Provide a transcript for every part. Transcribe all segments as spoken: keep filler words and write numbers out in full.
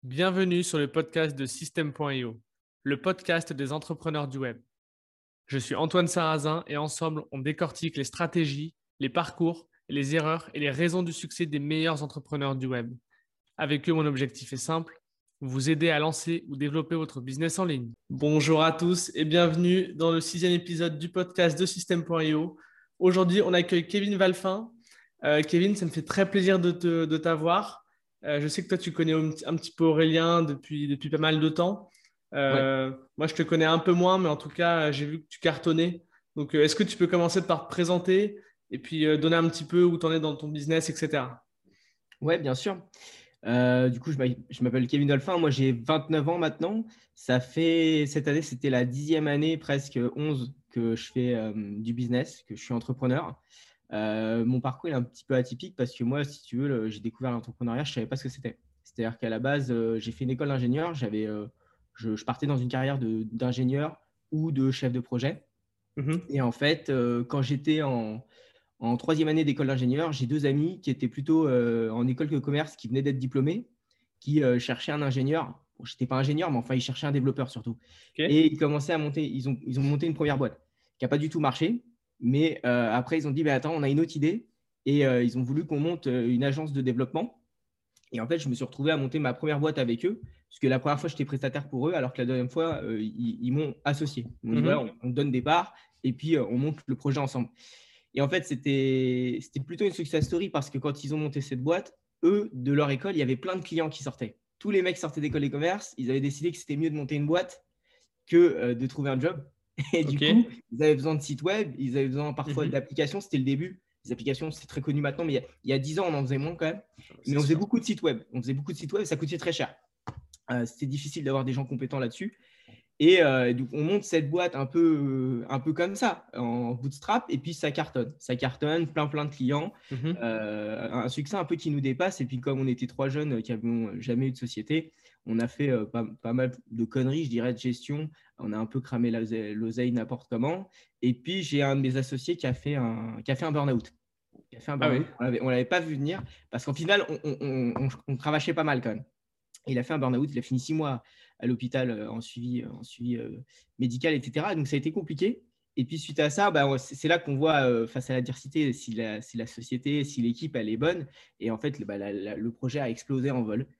Bienvenue sur le podcast de System point i o, le podcast des entrepreneurs du web. Je suis Antoine Sarrazin et ensemble, on décortique les stratégies, les parcours, les erreurs et les raisons du succès des meilleurs entrepreneurs du web. Avec eux, mon objectif est simple, vous aider à lancer ou développer votre business en ligne. Bonjour à tous et bienvenue dans le sixième épisode du podcast de System point i o. Aujourd'hui, on accueille Kevin Valfin. Euh, Kevin, ça me fait très plaisir de, te, de t'avoir. Euh, je sais que toi, tu connais un, un petit peu Aurélien depuis, depuis pas mal de temps. Ouais, Euh, moi, je te connais un peu moins, mais en tout cas, j'ai vu que tu cartonnais. Donc, euh, est-ce que tu peux commencer par te présenter et puis euh, donner un petit peu où tu en es dans ton business, et cetera. ouais, bien sûr. Euh, du coup, je m'a- je m'appelle Kevin Dolphin. Moi, j'ai vingt-neuf ans maintenant. Ça fait cette année, c'était la dixième année, presque onze, que je fais euh, du business, que je suis entrepreneur. Euh, mon parcours est un petit peu atypique parce que moi, si tu veux, le- j'ai découvert l'entrepreneuriat, je savais pas ce que c'était. C'est-à-dire qu'à la base, euh, j'ai fait une école d'ingénieur. J'avais, euh, je, je partais dans une carrière de- d'ingénieur ou de chef de projet. Mhm. Et en fait, euh, quand j'étais en En troisième année d'école d'ingénieur, j'ai deux amis qui étaient plutôt euh, en école de commerce, qui venaient d'être diplômés, qui euh, cherchaient un ingénieur. Bon, je n'étais pas ingénieur, mais enfin, ils cherchaient un développeur surtout. OK. Et ils commençaient à monter, ils ont, ils ont monté une première boîte qui n'a pas du tout marché. Mais euh, après, ils ont dit, bah, attends, on a une autre idée. Et euh, ils ont voulu qu'on monte euh, une agence de développement. Et en fait, je me suis retrouvé à monter ma première boîte avec eux, parce que la première fois, j'étais prestataire pour eux, alors que la deuxième fois, euh, ils, ils m'ont associé. Ils m'ont dit, voilà, Mhm. on, on donne des parts, et puis euh, on monte le projet ensemble. Et en fait, c'était c'était plutôt une success story parce que quand ils ont monté cette boîte, eux, de leur école, il y avait plein de clients qui sortaient. Tous les mecs sortaient d'école de commerce, ils avaient décidé que c'était mieux de monter une boîte que euh, de trouver un job. Et du coup, OK. ils avaient besoin de sites web, ils avaient besoin parfois Mhm. d'applications. C'était le début. Les applications, c'est très connu maintenant, mais il y, a, il y a dix ans, on en faisait moins quand même. Mais C'est on faisait sûr. beaucoup de sites web. On faisait beaucoup de sites web et ça coûtait très cher. Euh, c'était difficile d'avoir des gens compétents là-dessus. Et euh, donc, on monte cette boîte un peu, un peu comme ça, en bootstrap, et puis ça cartonne. Ça cartonne, plein, plein de clients. Mhm. Euh, un succès un peu qui nous dépasse. Et puis, comme on était trois jeunes qui n'avions jamais eu de société, on a fait euh, pas, pas mal de conneries, je dirais, de gestion. On a un peu cramé l'oseille n'importe comment. Et puis, j'ai un de mes associés qui a fait un, qui a fait un burn-out. Qui a fait un Ah oui. burn-out. On ne l'avait pas vu venir parce qu'en final, on, on, on, on, on cravachait pas mal quand même. Il a fait un burn-out, il a fini six mois à l'hôpital euh, en suivi, en suivi euh, médical, et cetera. Donc ça a été compliqué. Et puis suite à ça, bah, c'est là qu'on voit euh, face à l'adversité si la, si la société, si l'équipe elle est bonne. Et en fait, le, bah, la, la, le projet a explosé en vol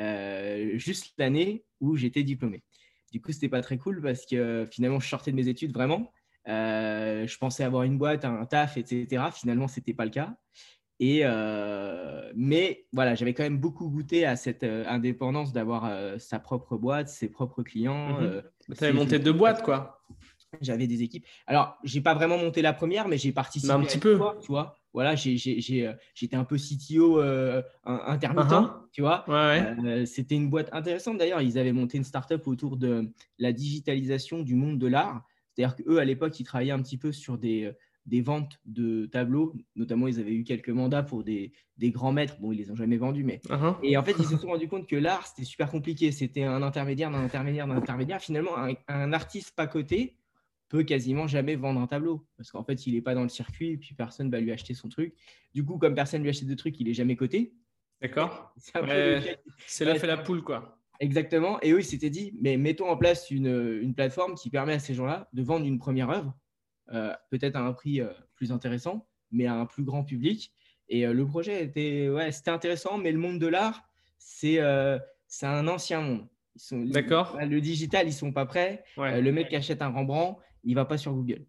euh, juste l'année où j'étais diplômé. Du coup, c'était pas très cool parce que euh, finalement, je sortais de mes études vraiment. Euh, je pensais avoir une boîte, un taf, et cetera. Finalement, c'était pas le cas. Et euh, mais voilà, j'avais quand même beaucoup goûté à cette euh, indépendance d'avoir euh, sa propre boîte, ses propres clients, Mhm. euh, Tu avais ses monté deux équipes. boîtes, quoi. J'avais des équipes. Alors, j'ai pas vraiment monté la première, mais j'ai Mais un participé à petit l'histoire, peu. tu vois. Voilà, j'ai, j'ai, j'ai, euh, j'étais un peu C T O euh, intermittent, Uh-huh. tu vois. Ouais, ouais. Euh, c'était une boîte intéressante d'ailleurs. Ils avaient monté une startup autour de la digitalisation du monde de l'art. C'est-à-dire qu'eux, à l'époque, ils travaillaient un petit peu sur des, des ventes de tableaux. Notamment, ils avaient eu quelques mandats pour des, des grands maîtres. Bon, ils les ont jamais vendus, mais. Et en fait, ils se sont rendus compte que l'art, c'était super compliqué. C'était un intermédiaire, d'un intermédiaire, d'un intermédiaire. Finalement, un, un artiste pas coté peut quasiment jamais vendre un tableau parce qu'en fait, il n'est pas dans le circuit et puis personne ne va lui acheter son truc. Du coup, comme personne ne lui achète de trucs, il n'est jamais coté. D'accord. C'est un peu Ouais, l'échec. c'est Ouais, l'œuf et c'est la un- poule, quoi. exactement. Et eux, ils s'étaient dit, mais mettons en place une, une plateforme qui permet à ces gens-là de vendre une première œuvre, euh, peut-être à un prix euh, plus intéressant, mais à un plus grand public. Et euh, le projet était, ouais, c'était intéressant, mais le monde de l'art, c'est euh, c'est un ancien monde. Ils sont, D'accord. le digital, ils sont pas prêts. Euh, Ouais. le mec qui achète un Rembrandt, il va pas sur Google.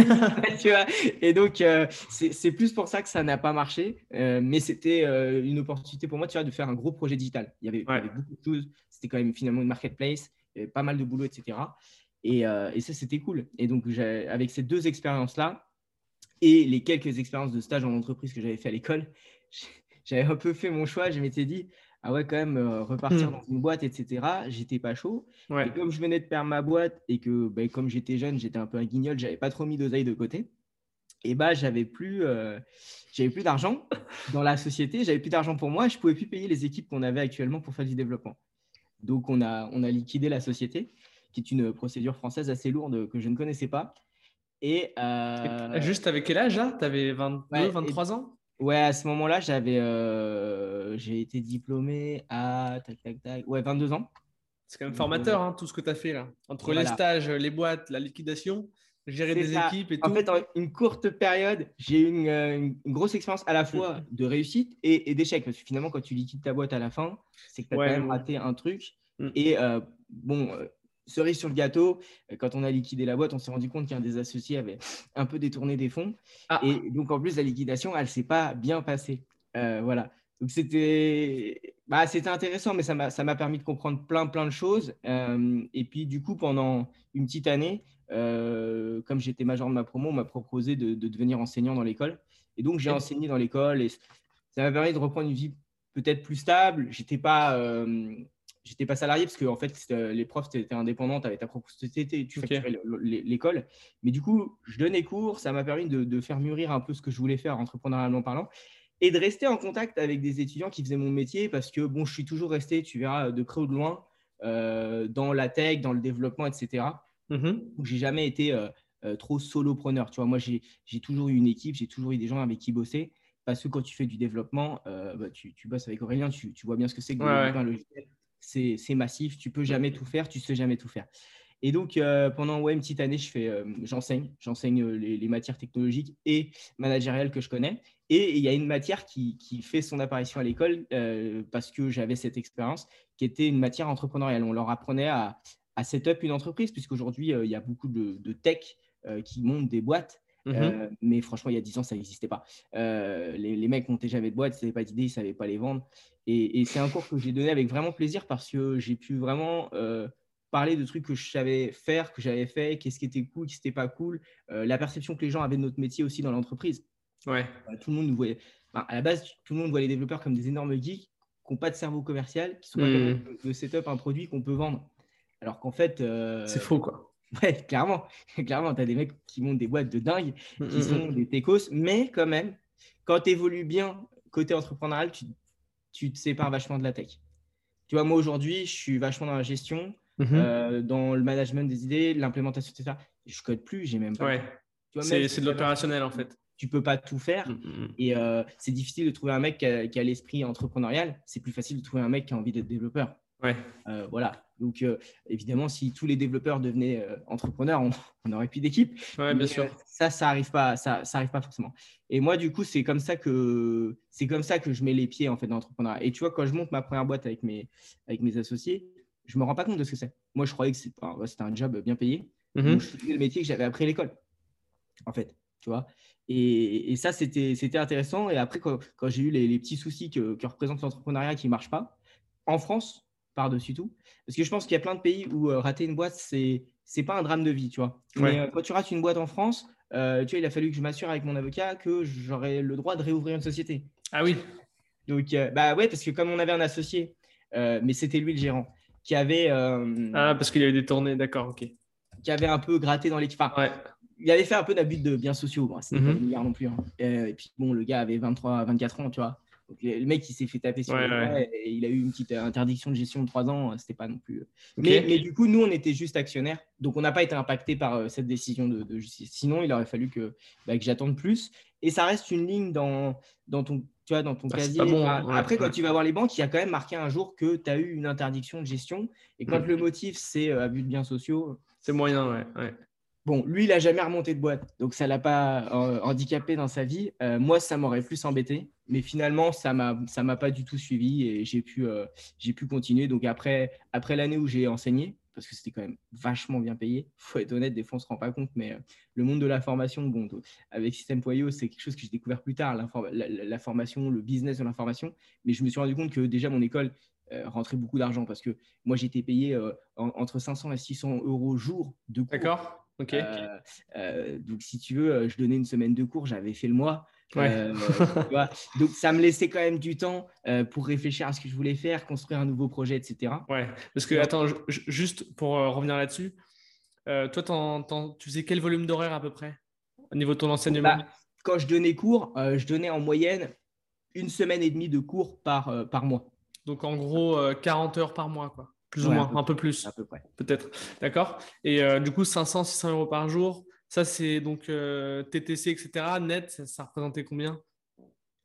Tu vois. Et donc, euh, c'est c'est plus pour ça que ça n'a pas marché. Euh, mais c'était euh, une opportunité pour moi, tu vois, de faire un gros projet digital. Il y avait, il y Ouais. avait beaucoup de choses. C'était quand même finalement une marketplace. Il y avait pas mal de boulot, et cetera. Et, euh, et ça, c'était cool. Et donc, avec ces deux expériences-là et les quelques expériences de stage en entreprise que j'avais fait à l'école, j'avais un peu fait mon choix. Je m'étais dit, ah ouais, quand même, euh, repartir dans Hmm. une boîte, et cetera. J'étais pas chaud. Ouais. Et comme je venais de perdre ma boîte et que ben, comme j'étais jeune, j'étais un peu un guignol, j'avais pas trop mis d'oseille de côté. Et bah, j'avais plus, euh, j'avais plus d'argent dans la société, j'avais plus d'argent pour moi et je pouvais plus payer les équipes qu'on avait actuellement pour faire du développement. Donc, on a, on a liquidé la société, qui est une procédure française assez lourde que je ne connaissais pas. Et, Et euh, juste avec quel âge, là? Tu avais vingt-deux, ouais, et vingt-trois ans? Ouais, à ce moment-là, j'avais, euh, j'ai été diplômé à tac, tac, tac, ouais, vingt-deux ans. C'est quand même Donc, euh, formateur, hein, tout ce que tu as fait là. Entre les voilà. stages, les boîtes, la liquidation, gérer C'est des ça. équipes et En fait, tout. en une courte période, j'ai eu une, euh, une- une grosse expérience à la fois Mm. de réussite et, et d'échec. Parce que finalement, quand tu liquides ta boîte à la fin, c'est que tu as quand Ouais, mais même bon. raté un truc. Mm. Et euh, bon, euh, cerise sur le gâteau, euh, quand on a liquidé la boîte, on s'est rendu compte qu'un des associés avait un peu détourné des fonds. Ah, Et donc, en plus, la liquidation, elle ne s'est pas bien passée. Euh, voilà. Donc, c'était bah, c'était intéressant, mais ça m'a ça m'a permis de comprendre plein, plein de choses. Euh, et puis, du coup, pendant une petite année, euh, comme j'étais major de ma promo, on m'a proposé de, de devenir enseignant dans l'école. Et donc, j'ai ok. enseigné dans l'école et ça m'a permis de reprendre une vie peut-être plus stable. J'étais pas, euh, j'étais pas salarié parce que en fait, les profs, tu étais indépendant, tu avais ta propre société, tu Ok. facturais l'école. Mais du coup, je donnais cours, ça m'a permis de, de faire mûrir un peu ce que je voulais faire entrepreneurialement parlant et de rester en contact avec des étudiants qui faisaient mon métier parce que bon, je suis toujours resté, tu verras, de près ou de loin, euh, dans la tech, dans le développement, et cetera. Mhm. Donc, j'ai jamais été euh, euh, trop solopreneur. Tu vois, moi, j'ai toujours eu une équipe, j'ai toujours eu des gens avec qui bosser. Parce que quand tu fais du développement, euh, bah, tu, tu bosses avec Aurélien, tu, tu vois bien ce que c'est que Ouais, de développer ouais. un logiciel. C'est massif, tu peux jamais Mm. tout faire, tu sais jamais tout faire. Et donc, euh, pendant ouais, une petite année, je fais, euh, j'enseigne, j'enseigne euh, les, les matières technologiques et managériales que je connais. Et il y a une matière qui, qui fait son apparition à l'école euh, parce que j'avais cette expérience, qui était une matière entrepreneuriale. On leur apprenait à, à set up une entreprise, puisqu'aujourd'hui, euh, il y a beaucoup de, de tech euh, qui montent des boîtes. Mhm. Euh, mais franchement, il y a dix ans, ça n'existait pas. Euh, les, les mecs montaient jamais de boîte, ils n'avaient pas d'idée, ils ne savaient pas les vendre. Et, et c'est un cours que j'ai donné avec vraiment plaisir parce que j'ai pu vraiment euh, parler de trucs que je savais faire, que j'avais fait, qu'est-ce qui était cool, qu'est-ce qui n'était pas cool, euh, la perception que les gens avaient de notre métier aussi dans l'entreprise. Ouais. Euh, tout le monde nous voyait, enfin, à la base, tout le monde voit les développeurs comme des énormes geeks qui n'ont pas de cerveau commercial, qui ne sont pas capables Mm. de, de setup un produit qu'on peut vendre. Alors qu'en fait, C'est euh, faux, quoi. ouais, clairement, clairement, tu as des mecs qui montent des boîtes de dingue, Mm, qui mm, sont mm. des techos, mais quand même, quand tu évolues bien côté entrepreneurial, tu, tu te sépares vachement de la tech. Tu vois, moi aujourd'hui, je suis vachement dans la gestion, Mhm. euh, dans le management des idées, l'implémentation, et cetera. Je code plus, j'ai même pas le Ouais. temps. Tu vois, même C'est si c'est de j'avais un l'opérationnel, en souci, fait. tu peux pas tout Mm, faire. mm, mm. Et euh, c'est difficile de trouver un mec qui a, qui a l'esprit entrepreneurial. C'est plus facile de trouver un mec qui a envie d'être développeur. Ouais. Euh, voilà. Donc, euh, évidemment, si tous les développeurs devenaient euh, entrepreneurs, on on n'aurait plus d'équipe. Ouais, bien Mais euh, sûr. ça, ça arrive pas, ça, ça arrive pas forcément. Et moi, du coup, c'est comme ça que c'est comme ça que je mets les pieds en fait dans l'entrepreneuriat. Et tu vois, quand je monte ma première boîte avec mes avec mes associés, je me rends pas compte de ce que c'est. Moi, je croyais que c'était enfin, ouais, c'était un job bien payé. Donc, je Mhm. faisais le métier que j'avais appris à l'école, en fait. Tu vois. Et, et ça, c'était c'était intéressant. Et après, quand, quand j'ai eu les, les petits soucis que, que représente l'entrepreneuriat qui marche pas, en France, par-dessus tout, parce que je pense qu'il y a plein de pays où euh, rater une boîte, c'est c'est pas un drame de vie, tu vois. Mais Ouais. euh, quand tu rates une boîte en France, euh, tu vois, il a fallu que je m'assure avec mon avocat que j'aurais le droit de réouvrir une société. Ah oui. Donc, euh, bah ouais, parce que comme on avait un associé, euh, mais c'était lui le gérant, qui avait, euh, Ah, parce qu'il y a eu des tournées. D'accord, ok. qui avait un peu gratté dans l'équipe. Enfin, Ouais. il avait fait un peu d'abus de biens sociaux. Bon, c'était pas des Mhm. milliards non plus, hein. Euh, et puis, bon, le gars avait vingt-trois, vingt-quatre ans, tu vois. Donc, le mec, il s'est fait taper sur Ouais, les doigts ouais. et, et il a eu une petite interdiction de gestion de trois ans. C'était pas non plus. Ok. Mais, mais du coup, nous, on était juste actionnaires. Donc, on n'a pas été impacté par euh, cette décision de, de justice. Sinon, il aurait fallu que, bah, que j'attende plus. Et ça reste une ligne dans, dans ton, tu vois, dans ton Ah, c'est pas casier. bon, Enfin, hein. Ouais, après, quand ouais. tu vas voir les banques, il y a quand même marqué un jour que tu as eu une interdiction de gestion. Et quand le Mm. motif, c'est euh, abus de biens sociaux, C'est moyen, ouais. Ouais. bon, lui, il n'a jamais remonté de boîte, donc ça ne l'a pas euh, handicapé dans sa vie. Euh, moi, ça m'aurait plus embêté, mais finalement, ça m'a, ça m'a pas du tout suivi et j'ai pu, euh, j'ai pu continuer. Donc après, après l'année où j'ai enseigné, parce que c'était quand même vachement bien payé, faut être honnête, des fois on se rend pas compte, mais euh, le monde de la formation, bon, donc, avec Système point i o, c'est quelque chose que j'ai découvert plus tard, la, la, la formation, le business de l'information. Mais je me suis rendu compte que déjà mon école euh, rentrait beaucoup d'argent parce que moi j'étais payé euh, en, entre cinq cents et six cents euros jour de cours. D'accord. Ok. Euh, euh, donc, si tu veux, je donnais une semaine de cours, j'avais fait le mois. Ouais. Euh, tu vois, donc, ça me laissait quand même du temps euh, pour réfléchir à ce que je voulais faire, construire un nouveau projet, et cetera. Ouais. Parce que, Et en- attends, ju- ju- juste pour euh, revenir là-dessus, euh, toi, t'en- t'en- tu faisais quel volume d'horaire à peu près au niveau de ton bah, enseignement? quand je donnais cours, euh, je donnais en moyenne une semaine et demie de cours par, euh, par mois. Donc, en gros, euh, quarante heures par mois, quoi. Plus ou Ouais, à moins, peu un peu près. À plus, peu près. peut-être. D'accord. Et euh, du coup, cinq cents, six cents euros par jour, ça, c'est donc euh, T T C, et cetera. Net, ça, ça représentait combien?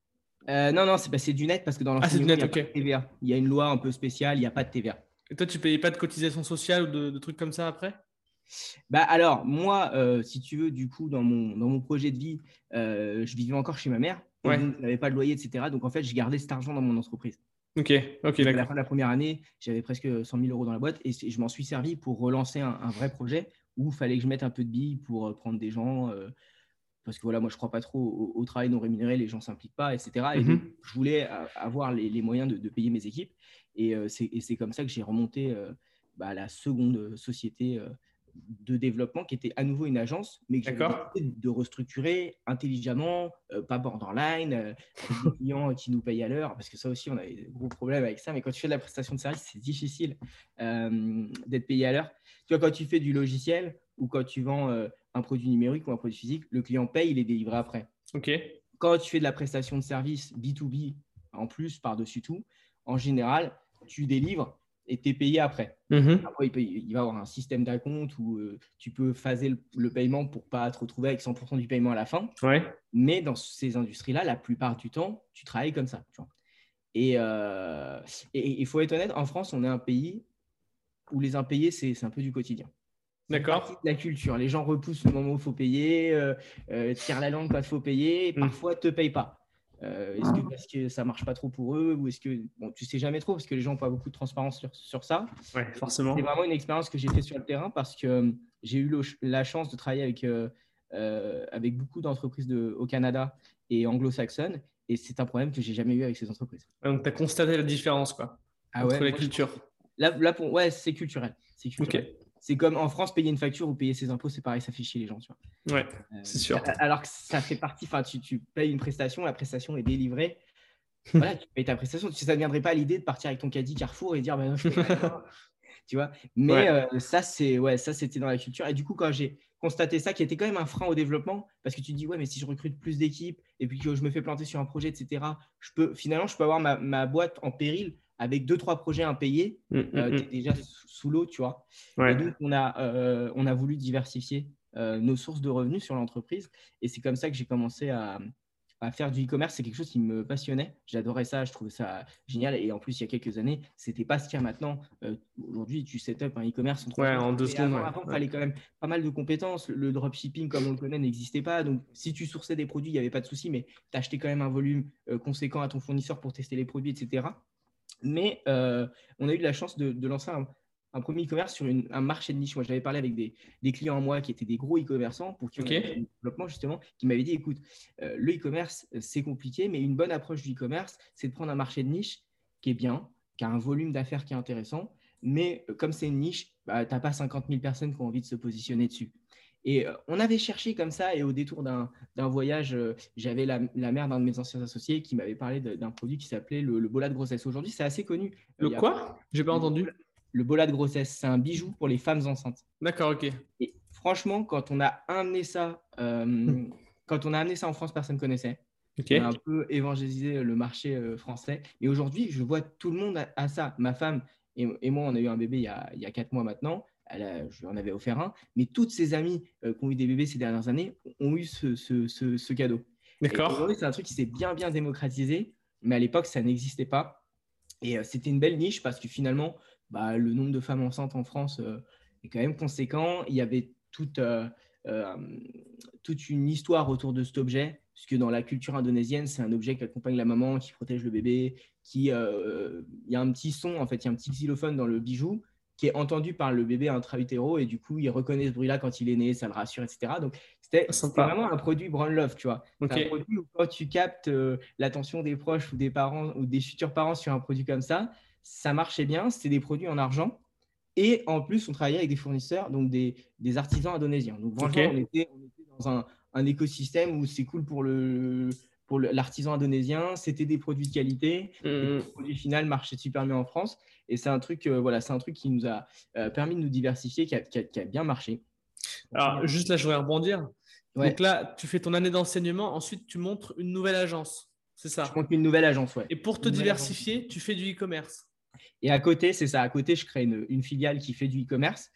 Euh, non, non, c'est bah, c'est du net parce que dans Ah, c'est du l'enseignement, il net, n'y a pas ok. de T V A. Il y a une loi un peu spéciale, il n'y a pas de T V A. Et toi, tu payais pas de cotisation sociale ou de, de trucs comme ça après? Bah, alors, moi, euh, si tu veux, du coup, dans mon, dans mon projet de vie, euh, je vivais encore chez ma mère et Ouais. donc je n'avais pas de loyer, et cetera. Donc, en fait, je gardais cet argent dans mon entreprise. Ok, ok, Donc, à la d'accord. fin de la première année, j'avais presque cent mille euros dans la boîte et je m'en suis servi pour relancer un, un vrai projet où il fallait que je mette un peu de billes pour euh, prendre des gens. Euh, parce que voilà, moi, je ne crois pas trop au, au travail non rémunéré, les gens ne s'impliquent pas, et cetera. Et donc, Mhm. je voulais euh, avoir les, les moyens de, de, payer mes équipes. Et euh, c'est comme ça que j'ai remonté euh, bah, la seconde société euh, de développement qui était à nouveau une agence, mais que j'avais D'accord. décidé de restructurer intelligemment, euh, pas borderline, euh, avec des clients qui nous payent à l'heure, parce que ça aussi, on avait des gros problèmes avec ça. Mais quand tu fais de la prestation de service, c'est difficile euh, d'être payé à l'heure. Tu vois, quand tu fais du logiciel ou quand tu vends euh, un produit numérique ou un produit physique, le client paye, il est délivré après. Ok. Quand tu fais de la prestation de service B deux B, en plus, par-dessus tout, en général, tu délivres et tu es payé après. Mhm. Après, il, peut, il va y avoir un système d'acompte où euh, tu peux phaser le, le paiement pour ne pas te retrouver avec cent pour cent du paiement à la fin. Ouais. Mais dans ces industries-là, la plupart du temps, tu travailles comme ça. Tu vois. Et euh, il faut être honnête, en France, on est un pays où les impayés, c'est un peu du quotidien. Ça fait partie de D'accord. la culture. Les gens repoussent le moment où il faut payer, euh, euh, tirent la langue quand il faut payer, et Hmm. parfois ne te payent pas. Euh, est-ce que parce que ça ne marche pas trop pour eux ou est-ce que bon, tu sais jamais trop parce que les gens n'ont pas beaucoup de transparence sur, sur ça. Ouais, C'est forcément. vraiment une expérience que j'ai fait sur le terrain parce que euh, j'ai eu le, la chance de travailler avec, euh, euh, avec beaucoup d'entreprises au Canada et anglo-saxonnes et c'est un problème que j'ai jamais eu avec ces entreprises. Donc, tu as constaté la différence, quoi, Ah ouais, entre les moi je pense cultures. que là, là pour, ouais, c'est culturel. C'est Ok. culturel. C'est comme en France, payer une facture ou payer ses impôts, c'est pareil, ça fait chier les gens. Tu vois. Ouais, Euh, c'est sûr. alors que ça fait partie, enfin, tu, tu payes une prestation, la prestation est délivrée. Voilà, tu payes ta prestation. Ça ne viendrait pas à l'idée de partir avec ton caddie Carrefour et dire bah, non, je ne paye rien. Tu vois. Mais Ouais. euh, ça, c'est ouais, ça, c'était dans la culture. Et du coup, quand j'ai constaté ça, qui était quand même un frein au développement, parce que tu te dis ouais, mais si je recrute plus d'équipes et puis que je me fais planter sur un projet, et cetera, je peux finalement, je peux avoir ma, ma boîte en péril avec deux, trois projets impayés. Mm, Euh, mm, tu es mm. déjà sous, sous l'eau, tu vois. Et Ouais. donc, on a, euh, on a voulu diversifier euh, nos sources de revenus sur l'entreprise. Et c'est comme ça que j'ai commencé à, à faire du e-commerce. C'est quelque chose qui me passionnait. J'adorais ça, je trouvais ça génial. Et en plus, il y a quelques années, c'était pas ce qu'il y a maintenant. Euh, Aujourd'hui, tu set up un e-commerce en trois Ouais, semaines. en deux Mais secondes, avant, ouais. avant, il Ouais. fallait quand même pas mal de compétences. Le, le dropshipping, comme on le connaît, n'existait pas. Donc, si tu sourçais des produits, il n'y avait pas de souci, mais tu achetais quand même un volume euh, conséquent à ton fournisseur pour tester les produits, et cetera. Mais euh, on a eu de la chance de, de lancer un, un premier e-commerce sur une, un marché de niche. Moi, j'avais parlé avec des, des clients en moi qui étaient des gros e-commerçants pour qui on Ok. avait fait du développement, justement, qui m'avaient dit, écoute, euh, le e-commerce, c'est compliqué, mais une bonne approche du e-commerce, c'est de prendre un marché de niche qui est bien, qui a un volume d'affaires qui est intéressant, mais euh, comme c'est une niche, bah, tu n'as pas cinquante mille personnes qui ont envie de se positionner dessus. Et euh, on avait cherché comme ça, et au détour d'un voyage, euh, j'avais la, la mère d'un de mes anciens associés qui m'avait parlé d'un produit qui s'appelait le, le bola de grossesse. Aujourd'hui, c'est assez connu. Euh, Le il y a quoi? J'ai pas le, entendu. le bola de grossesse, c'est un bijou pour les femmes enceintes. D'accord, ok. Et franchement, quand on a amené ça, euh, quand on a amené ça en France, personne ne connaissait. Ok. On a un peu évangélisé le marché euh, français. Et aujourd'hui, je vois tout le monde à, à ça. Ma femme et, et, moi, on a eu un bébé il y a, il y a quatre mois maintenant. Elle a, je lui en avais offert un. Mais toutes ses amies euh, qui ont eu des bébés ces dernières années ont eu ce, ce, ce, ce cadeau. Et D'accord. aujourd'hui, c'est un truc qui s'est bien, bien démocratisé. Mais à l'époque, ça n'existait pas. Et euh, c'était une belle niche parce que finalement, bah, le nombre de femmes enceintes en France euh, est quand même conséquent. Il y avait toute, euh, euh, toute une histoire autour de cet objet, puisque dans la culture indonésienne, c'est un objet qui accompagne la maman, qui protège le bébé, qui, euh, il y a un petit son, en fait, il y a un petit xylophone dans le bijou qui est entendu par le bébé intra-utéro, et du coup, il reconnaît ce bruit-là quand il est né, ça le rassure, et cetera. Donc, c'était vraiment Sympa. un produit Brand Love, tu vois. C'est Ok. un produit où quand tu captes euh, l'attention des proches ou des parents ou des futurs parents sur un produit comme ça, ça marchait bien. C'était des produits en argent. Et en plus, on travaillait avec des fournisseurs, donc des, des artisans indonésiens. Donc Ok. franchement, on était, on était dans un, un écosystème où c'est cool pour le pour l'artisan indonésien. C'était des produits de qualité. Et puis, Hum. le produit final marchait super bien en France. Et c'est un truc, euh, voilà, c'est un truc qui nous a euh, permis de nous diversifier, qui a, qui a, qui a bien marché. Alors, juste là, je voudrais rebondir. Donc Ouais, là, tu fais ton année d'enseignement, ensuite tu montres une nouvelle agence. C'est je ça. monte une nouvelle agence, ouais. Et pour te Une nouvelle agence. diversifier, tu fais du e-commerce. Et à côté, c'est ça. À côté, je crée une, une filiale qui fait du e-commerce.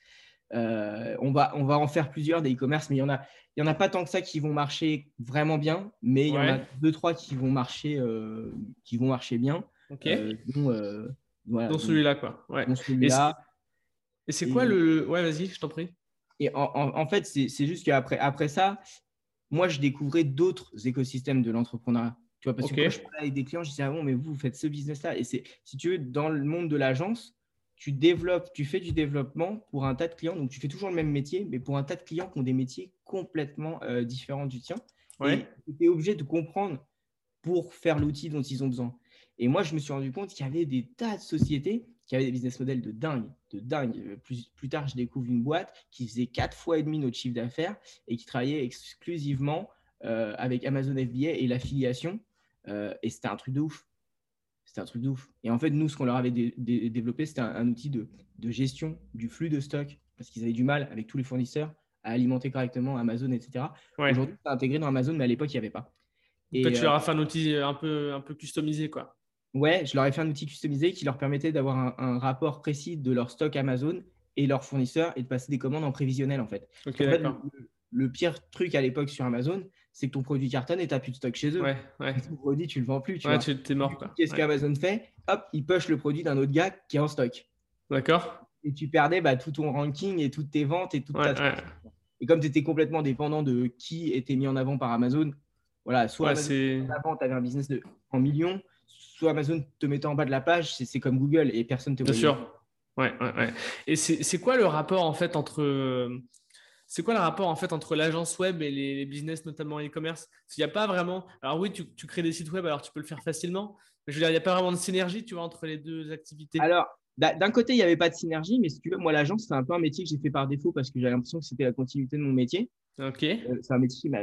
Euh, on, va, on va en faire plusieurs des e-commerce, mais il y en a, il y en a pas tant que ça qui vont marcher vraiment bien, mais il y en a Ouais. deux, trois qui vont marcher, euh, qui vont marcher bien, Ok. euh, dont, euh, voilà, Dans dont, celui-là, quoi. Ouais. dont Et c'est celui-là. et c'est quoi Et, le. Ouais, vas-y, je t'en prie. et en, en, en fait, c'est c'est juste qu'après après ça, moi, je découvrais d'autres écosystèmes de l'entrepreneuriat. Tu vois, parce que Ok. quand je parlais avec des clients, je disais, ah bon, mais vous, vous faites ce business-là. Et c'est, si tu veux, dans le monde de l'agence, tu développes, tu fais du développement pour un tas de clients. Donc, tu fais toujours le même métier, mais pour un tas de clients qui ont des métiers complètement euh, différents du tien. Ouais. Et tu es obligé de comprendre pour faire l'outil dont ils ont besoin. Et moi, je me suis rendu compte qu'il y avait des tas de sociétés qui avaient des business models de dingue, de dingue. Plus, plus tard, je découvre une boîte qui faisait quatre fois et demi notre chiffre d'affaires et qui travaillait exclusivement euh, avec Amazon F B A et l'affiliation. Euh, et c'était un truc de ouf. C'était un truc de ouf. Et en fait, nous, ce qu'on leur avait dé dé développé, c'était un, un, outil de, de gestion du flux de stock parce qu'ils avaient du mal avec tous les fournisseurs à alimenter correctement Amazon, et cetera. Ouais. Aujourd'hui, c'est intégré dans Amazon, mais à l'époque, il n'y avait pas. Toi, Et, tu euh, leur as fait un outil un peu, un peu customisé, quoi. Ouais, je leur ai fait un outil customisé qui leur permettait d'avoir un, un rapport précis de leur stock Amazon et leurs fournisseurs et de passer des commandes en prévisionnel en fait. Ok, Parce qu'en fait, le, d'accord. le pire truc à l'époque sur Amazon, c'est que ton produit cartonne et tu n'as plus de stock chez eux. Ouais, ouais. Et ton produit, tu ne le vends plus, tu Ouais, vois. tu t'es Du mort, coup, quoi. qu'est-ce Ouais. qu'Amazon fait? Hop, il push le produit d'un autre gars qui est en stock. D'accord. Et tu perdais bah, tout ton ranking et toutes tes ventes et toute Ouais, ta ouais. transaction. Et comme tu étais complètement dépendant de qui était mis en avant par Amazon, voilà, soit Ouais, Amazon te c'est. mettait en avant, tu avais un business de, en millions, soit Amazon te mettait en bas de la page, c'est comme Google et personne ne te Bien voyait. sûr. Ouais, ouais, ouais. Et c'est c'est quoi le rapport, en fait, entre. C'est quoi le rapport en fait entre l'agence web et les, les business, notamment e-commerce? Il n'y a pas vraiment. Alors oui, tu, tu crées des sites web, alors tu peux le faire facilement. Mais je veux dire, il n'y a pas vraiment de synergie, tu vois, entre les deux activités. Alors, d'un côté, il n'y avait pas de synergie, mais si tu veux, moi, l'agence, c'est un peu un métier que j'ai fait par défaut parce que j'avais l'impression que c'était la continuité de mon métier. Ok. Euh, c'est un métier qui m'a,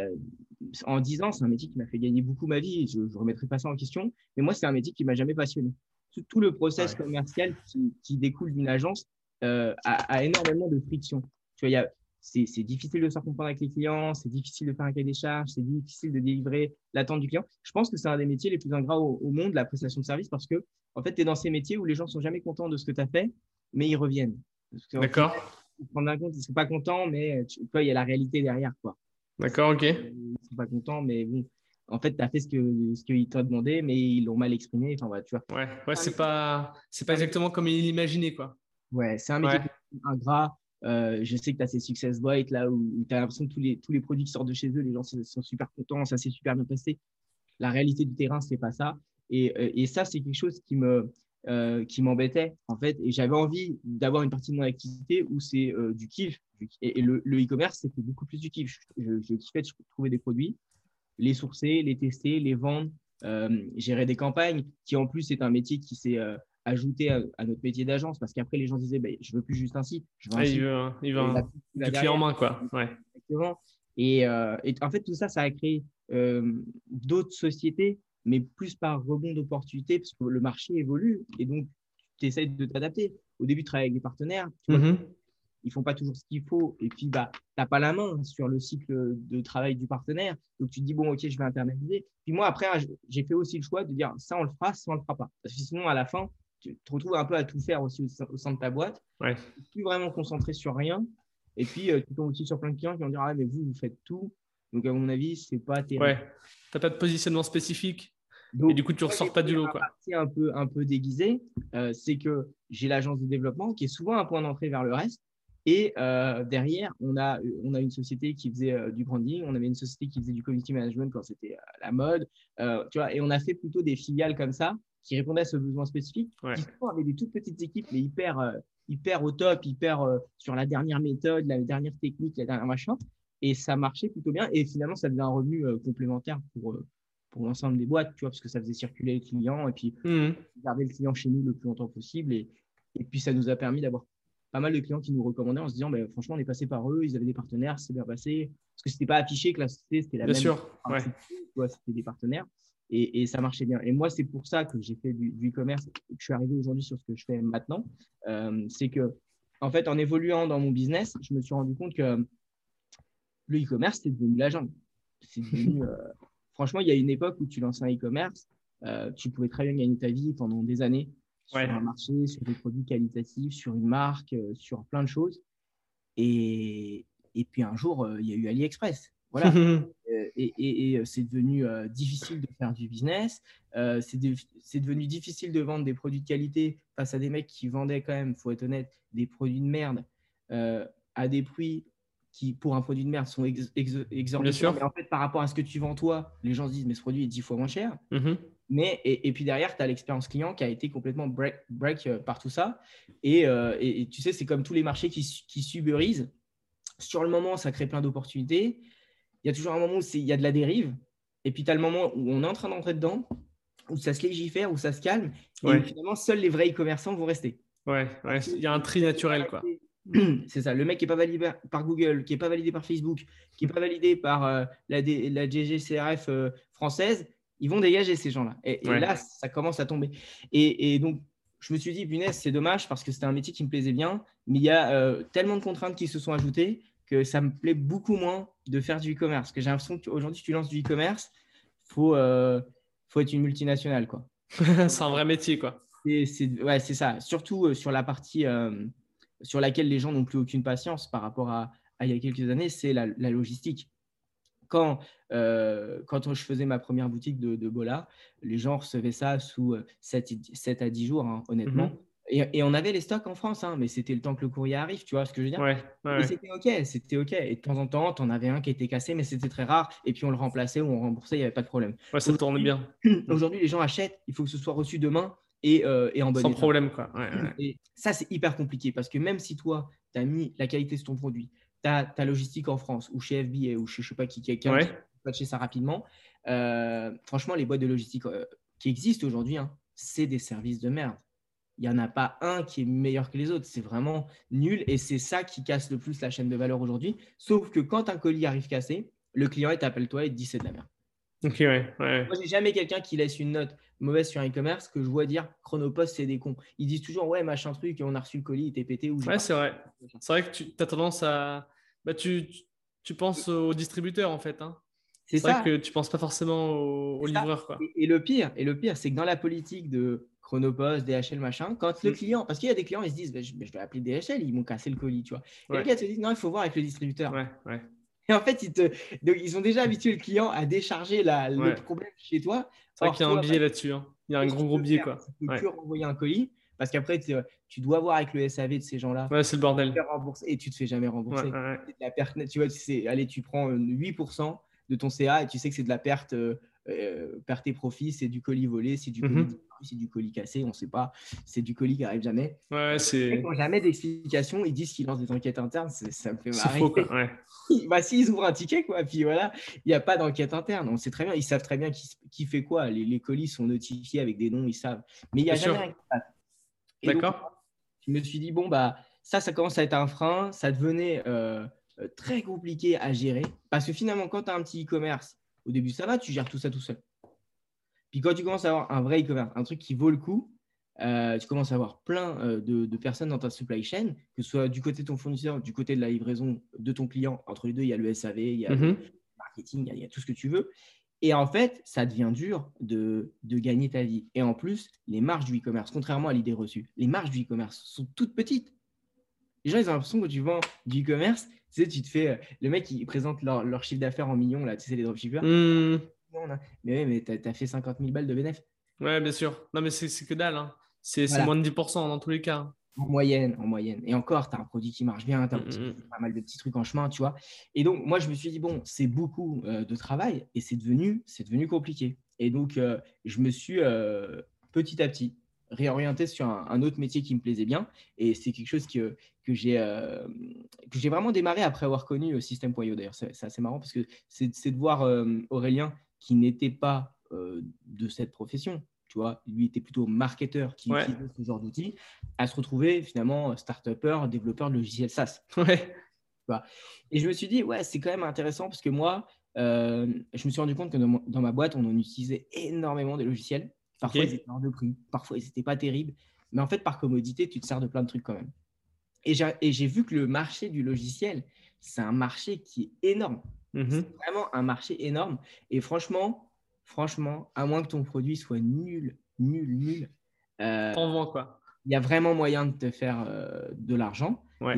en dix ans, c'est un métier qui m'a fait gagner beaucoup ma vie. Et je ne remettrai pas ça en question. Mais moi, c'est un métier qui m'a jamais passionné. Tout, tout le process Ouais. commercial qui, qui découle d'une agence euh, a, a, énormément de friction. Tu vois, il y a, c'est, c'est difficile de se faire comprendre avec les clients, c'est difficile de faire un cahier des charges, c'est difficile de délivrer l'attente du client. Je pense que c'est un des métiers les plus ingrats au, au monde, la prestation de service, parce que en fait, tu es dans ces métiers où les gens sont jamais contents de ce que tu as fait, mais ils reviennent. Parce qu'en final, D'accord. ils se rendent compte, ils ne sont pas contents, mais tu vois, il y a la réalité derrière, quoi. D'accord, ok. Ils ne sont pas contents, mais bon, en fait, tu as fait ce que ce qu'ils t'ont demandé, mais ils l'ont mal exprimé. Enfin, voilà, tu vois. Ouais, ouais, C'est un c'est métier, pas, c'est c'est pas un métier- exactement comme il l'imaginait, quoi. ouais, c'est un métier Ouais. qui est ingrat. Euh, je sais que tu as ces success bites là où tu as l'impression que tous les, tous les produits qui sortent de chez eux, les gens sont sont super contents, ça s'est super bien passé. La réalité du terrain, c'est pas ça. Et, euh, et ça, c'est quelque chose qui me, euh, qui m'embêtait, en fait. Et j'avais envie d'avoir une partie de mon activité où c'est euh, du kiff. Et, et le, le e-commerce, c'était beaucoup plus du kiff. Je, je, je kiffais de trouver des produits, les sourcer, les tester, les vendre, euh, gérer des campagnes, qui en plus c'est un métier qui s'est euh, ajouté à, à, notre métier d'agence, parce qu'après les gens disaient, bah, je veux plus juste un site, je veux un Ah, il site, veut, un- il veut et la un- pub qui va du clé en derrière. main, quoi. Ouais. Exactement. Et, euh, et en fait, tout ça, ça a créé euh, d'autres sociétés, mais plus par rebond d'opportunités, parce que le marché évolue, et donc tu essaies de t'adapter. Au début, tu travailles avec des partenaires, tu vois Mhm. ils font pas toujours ce qu'il faut. Et puis, bah, tu n'as pas la main sur le cycle de travail du partenaire. Donc, tu te dis, bon, OK, je vais internaliser. Puis moi, après, j'ai fait aussi le choix de dire, ça, on le fera, ça, on le fera pas. Parce que sinon, à la fin, tu te retrouves un peu à tout faire aussi au, au sein de ta boîte. Ouais. Tu n'es plus vraiment concentré sur rien. Et puis, euh, tu tombes aussi sur plein de clients qui vont dire, ah, mais vous, vous faites tout. Donc, à mon avis, c'est pas terrible. Ouais. T'as pas de positionnement spécifique. Et Donc, du coup, tu moi, j'ai ressors pas du fait lot, un quoi. parti un peu, un peu déguisé. Euh, c'est que j'ai l'agence de développement qui est souvent un point d'entrée vers le reste. Et euh, derrière, on a, on a une société qui faisait euh, du branding, on avait une société qui faisait du community management quand c'était euh, la mode, euh, tu vois, et on a fait plutôt des filiales comme ça qui répondaient à ce besoin spécifique, Ouais. qui souvent avaient des toutes petites équipes, mais hyper, euh, hyper au top, hyper euh, sur la dernière méthode, la dernière technique, la dernière machin. Et ça marchait plutôt bien. Et finalement, ça faisait un revenu euh, complémentaire pour, euh, pour l'ensemble des boîtes, tu vois, parce que ça faisait circuler les clients et puis Mhm. garder le client chez nous le plus longtemps possible. Et, et puis, ça nous a permis d'avoir pas mal de clients qui nous recommandaient en se disant, bah, franchement, on est passé par eux, ils avaient des partenaires, c'est bien passé. Parce que c'était pas affiché que la société, c'était la Bien même. sûr. Ouais. C'était des partenaires. Et, et, ça marchait bien. Et moi, c'est pour ça que j'ai fait du, du e-commerce et que je suis arrivé aujourd'hui sur ce que je fais maintenant. Euh, c'est que, en fait, en évoluant dans mon business, je me suis rendu compte que le e-commerce, c'est devenu la jungle. C'est devenu, euh, franchement, il y a une époque où tu lançais un e-commerce, euh, tu pouvais très bien gagner ta vie pendant des années Ouais. sur un marché, sur des produits qualitatifs, sur une marque, euh, sur plein de choses. Et, et puis un jour, euh, il y a eu AliExpress. Voilà. Euh, et, et, et c'est devenu euh, difficile de faire du business. Euh, c'est, de, c'est devenu difficile de vendre des produits de qualité face à des mecs qui vendaient quand même, il faut être honnête, des produits de merde euh, à des prix qui, pour un produit de merde, sont ex, ex, Bien exorbitants. sûr. Mais en fait, par rapport à ce que tu vends toi, les gens se disent, mais ce produit est dix fois moins cher. Mhm. Mais, et, et puis derrière, tu as l'expérience client qui a été complètement break, break euh, par tout ça. Et, euh, et, et tu sais, c'est comme tous les marchés qui, qui s'uberisent. Sur le moment, ça crée plein d'opportunités. Il y a toujours un moment où il y a de la dérive. Et puis, tu as le moment où on est en train d'entrer dedans, où ça se légifère, où ça se calme. Et où Ouais. finalement, seuls les vrais e-commerçants vont rester. Ouais, ouais. Il y a un tri naturel, quoi. C'est ça, le mec qui n'est pas validé par Google, qui n'est pas validé par Facebook, qui n'est pas validé par euh, la, D, la D G C R F euh, française, ils vont dégager ces gens-là. Et, et Ouais. là, ça commence à tomber. Et, et donc, je me suis dit, punaise, c'est dommage parce que c'était un métier qui me plaisait bien, mais il y a euh, tellement de contraintes qui se sont ajoutées que ça me plaît beaucoup moins de faire du e-commerce. Parce que j'ai l'impression qu'aujourd'hui, si tu lances du e-commerce, il faut, euh, faut être une multinationale, quoi. C'est un vrai métier, quoi. C'est, c'est, ouais, c'est ça. Surtout euh, sur la partie euh, sur laquelle les gens n'ont plus aucune patience par rapport à, à il y a quelques années, c'est la, la logistique. Quand, euh, quand je faisais ma première boutique de, de Bola, les gens recevaient ça sous sept à dix jours, hein, honnêtement. Mhm. Et, et on avait les stocks en France, hein, mais c'était le temps que le courrier arrive, tu vois ce que je veux dire? Ouais, ouais, Et ouais. c'était OK, c'était OK. Et de temps en temps, tu en avais un qui était cassé, mais c'était très rare. Et puis on le remplaçait ou on remboursait, il n'y avait pas de problème. Ouais, ça tourne Aujourd'hui, bien. Mm. aujourd'hui, les gens achètent, il faut que ce soit reçu demain et, euh, et en bon Sans état. problème, quoi. Ouais, ouais. Et ça, c'est hyper compliqué parce que même si toi, tu as mis la qualité sur ton produit, tu as ta logistique en France ou chez F B A ou chez je sais pas qui, quelqu'un qui Ouais. peut patcher ça rapidement, euh, franchement, les boîtes de logistique euh, qui existent aujourd'hui, hein, c'est des services de merde. Il n'y en a pas un qui est meilleur que les autres. C'est vraiment nul et c'est ça qui casse le plus la chaîne de valeur aujourd'hui. Sauf que quand un colis arrive cassé, le client il t'appelle toi et te dit c'est de la merde. Ok, ouais, ouais. Moi, j'ai jamais quelqu'un qui laisse une note mauvaise sur un e-commerce que je vois dire Chronopost, c'est des cons. Ils disent toujours, ouais, machin truc, on a reçu le colis, il était pété ou j'ai Ouais, pas c'est reçu. vrai. C'est vrai que tu as tendance à. Bah, tu, tu, tu penses au distributeur, en fait. Hein. C'est C'est vrai ça, que tu penses pas forcément au, au c'est ça. livreur, quoi. Et, et le pire, et le pire, c'est que dans la politique de Chronopost, D H L, machin, quand le Mm. client, parce qu'il y a des clients, ils se disent, bah, je, bah, je vais appeler D H L, ils m'ont cassé le colis, tu vois. Et les Ouais, gars te disent, non, il faut voir avec le distributeur. ouais, ouais. Et en fait, ils, te, donc, ils ont déjà habitué le client à décharger la, le Ouais. problème chez toi. C'est vrai Or, qu'il y a un toi, bah, biais là-dessus. Hein. Il y a un qu'est-ce que gros, tu gros peux biais, faire? quoi. Tu peux Ouais. que renvoyer un colis parce qu'après, tu, tu dois voir avec le S A V de ces gens-là. Ouais, c'est le bordel. Faire rembourser et tu te fais jamais Ouais, rembourser. ouais, C'est de la perte nette. Tu vois, c'est, allez, tu prends euh, huit pour cent de ton C A et tu sais que c'est de la perte, euh, euh, perte et profit. C'est du colis volé, c'est du ouais. colis Mhm. disparu, c'est du colis cassé, on ne sait pas. C'est du colis qui arrive jamais. Ouais, ouais, Euh, les mecs c'est n'ont jamais d'explication. Ils disent qu'ils lancent des enquêtes internes. C'est- Ça me fait c'est faux, marrer. quoi. Ouais. Bah, s'ils ouvrent un ticket, quoi, puis voilà, il n'y a pas d'enquête interne. On sait très bien, ils savent très bien qui, qui fait quoi. Les, les colis sont notifiés avec des noms, ils savent. Mais il n'y Bien a jamais sûr. un qui passe. Et donc, D'accord. je me suis dit, bon, bah, ça, ça commence à être un frein. Ça devenait euh, euh, très compliqué à gérer. Parce que finalement, quand tu as un petit e-commerce, au début, ça va, tu gères tout ça tout seul. Puis quand tu commences à avoir un vrai e-commerce, un truc qui vaut le coup, euh, tu commences à avoir plein euh, de, de personnes dans ta supply chain, que ce soit du côté de ton fournisseur, du côté de la livraison de ton client. Entre les deux, il y a le S A V, il y a le Mhm. marketing, il y a, il y a tout ce que tu veux. Et en fait, ça devient dur de, de gagner ta vie. Et en plus, les marges du e-commerce, contrairement à l'idée reçue, les marges du e-commerce sont toutes petites. Les gens, ils ont l'impression que tu vends du e-commerce, tu sais, tu te fais. Le mec, il présente leur, leur chiffre d'affaires en millions, là, tu sais, les dropshippers. Hmm. Non, non. Mais ouais, mais t'as, t'as fait cinquante mille balles de bénéfice. Ouais, bien sûr. Non, mais c'est c'est que dalle. Hein. C'est c'est Voilà, moins de dix pour cent dans tous les cas. Hein. en moyenne, en moyenne. Et encore, tu as un produit qui marche bien, tu as Mm, pas mal de petits trucs en chemin, tu vois. Et donc, moi, je me suis dit, bon, c'est beaucoup euh, de travail et c'est devenu, c'est devenu compliqué. Et donc, euh, je me suis euh, petit à petit réorienté sur un, un autre métier qui me plaisait bien. Et c'est quelque chose que, que j'ai euh, que j'ai vraiment démarré après avoir connu le système point i o. D'ailleurs, c'est c'est assez marrant parce que c'est c'est de voir euh, Aurélien qui n'était pas euh, de cette profession. Tu vois, lui était plutôt marketeur qui mm. Ouais. utilisait ce genre d'outils, à se retrouver finalement start-upper, développeur de logiciels SaaS. Ouais. Tu vois. Et je me suis dit, ouais, c'est quand même intéressant parce que moi, euh, je me suis rendu compte que dans, mon- dans ma boîte, on en utilisait énormément de logiciels. Ok. Parfois, ils étaient hors de prix, parfois, ils n'étaient pas terribles. Mais en fait, par commodité, tu te sers de plein de trucs quand même. Et j'ai et j'ai vu que le marché du logiciel, c'est un marché qui est énorme. C'est Mhm. vraiment un marché énorme. Et franchement, franchement, à moins que ton produit soit nul, nul, nul, euh, T'en vends, quoi. il y a vraiment moyen de te faire euh, de l'argent. Ouais. Déjà,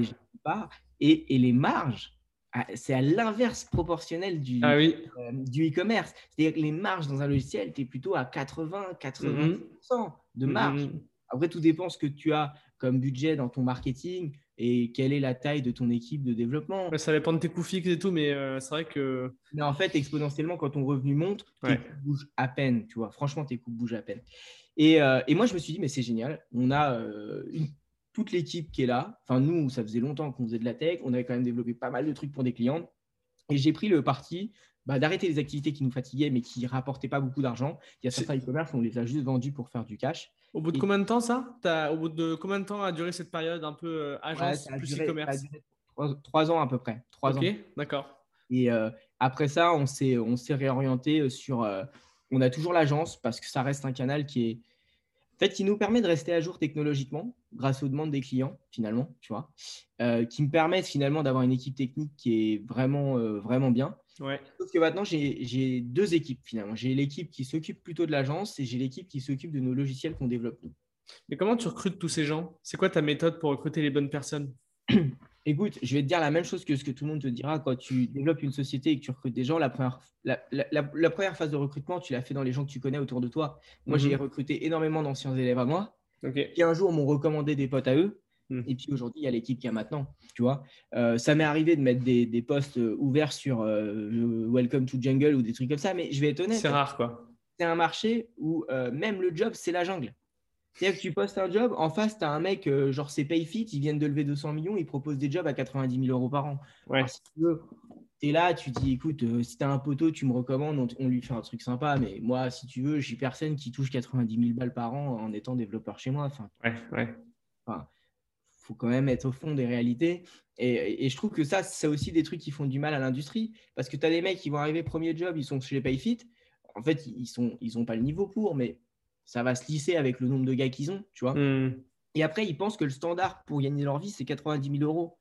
part. Et, et les marges, ah, c'est à l'inverse proportionnel Ah du, oui. euh, du e-commerce. C'est-à-dire que les marges dans un logiciel, tu es plutôt à quatre-vingts à quatre-vingt-dix pour cent Mhm. de marge. Mhm. Après, tout dépend ce que tu as comme budget dans ton marketing et quelle est la taille de ton équipe de développement. Ouais, ça dépend de tes coûts fixes et tout, mais euh, c'est vrai que… Mais en fait, exponentiellement, quand ton revenu monte, tes Ouais. coûts bougent à peine, tu vois. Franchement, tes coûts bougent à peine. Et, euh, et moi, je me suis dit, mais c'est génial. On a euh, une- toute l'équipe qui est là. Enfin, nous, ça faisait longtemps qu'on faisait de la tech. On avait quand même développé pas mal de trucs pour des clients. Et j'ai pris le parti bah, d'arrêter les activités qui nous fatiguaient, mais qui ne rapportaient pas beaucoup d'argent. Il y a C'est- certains e-commerce, on les a juste vendus pour faire du cash. Au bout de Et combien de temps ça? T'as… Au bout de combien de temps a duré cette période un peu euh, ouais, agence ça a plus duré, ça a e-commerce? duré trois, trois ans à peu près. Trois Ok, ans. d'accord. Et euh, après ça, on s'est, on s'est réorienté sur. Euh, on a toujours l'agence parce que ça reste un canal qui est. En fait, qui nous permet de rester à jour technologiquement grâce aux demandes des clients, finalement, tu vois, euh, qui me permettent finalement d'avoir une équipe technique qui est vraiment, euh, vraiment bien. Ouais. Sauf que maintenant, j'ai, j'ai deux équipes finalement. J'ai l'équipe qui s'occupe plutôt de l'agence et j'ai l'équipe qui s'occupe de nos logiciels qu'on développe nous. Mais comment tu recrutes tous ces gens? C'est quoi ta méthode pour recruter les bonnes personnes? Écoute, je vais te dire la même chose que ce que tout le monde te dira quand tu développes une société et que tu recrutes des gens. La première, la, la- la- la première phase de recrutement, tu l'as fait dans les gens que tu connais autour de toi. Moi, j'ai Mhm. recruté énormément d'anciens élèves à moi Ok. qui un jour m'ont recommandé des potes à eux. Hmm. Et puis aujourd'hui, il y a l'équipe qu'il y a maintenant. Tu vois, Euh, ça m'est arrivé de mettre des, des posts euh, ouverts sur euh, Welcome to Jungle ou des trucs comme ça. Mais je vais être C'est honnête, rare, quoi. c'est un marché où euh, même le job, c'est la jungle. C'est-à-dire que tu postes un job, en face, tu as un mec, euh, genre c'est Payfit, ils viennent de lever deux cents millions, ils proposent des jobs à quatre-vingt-dix mille euros par an. Alors, Ouais. si tu veux, tu es là, tu dis, écoute, euh, si tu as un poteau, tu me recommandes, on, on lui fait un truc sympa. Mais moi, si tu veux, j'ai personne qui touche quatre-vingt-dix mille balles par an en étant développeur chez moi. Enfin, Ouais. Ouais. enfin, faut quand même être au fond des réalités. Et, et je trouve que ça, c'est aussi des trucs qui font du mal à l'industrie. Parce que tu as des mecs qui vont arriver premier job, ils sont chez Payfit. En fait, ils sont, ils ont pas le niveau pour, mais ça va se lisser avec le nombre de gars qu'ils ont, tu vois. Hmm. Et après, ils pensent que le standard pour gagner leur vie, c'est quatre-vingt-dix mille euros.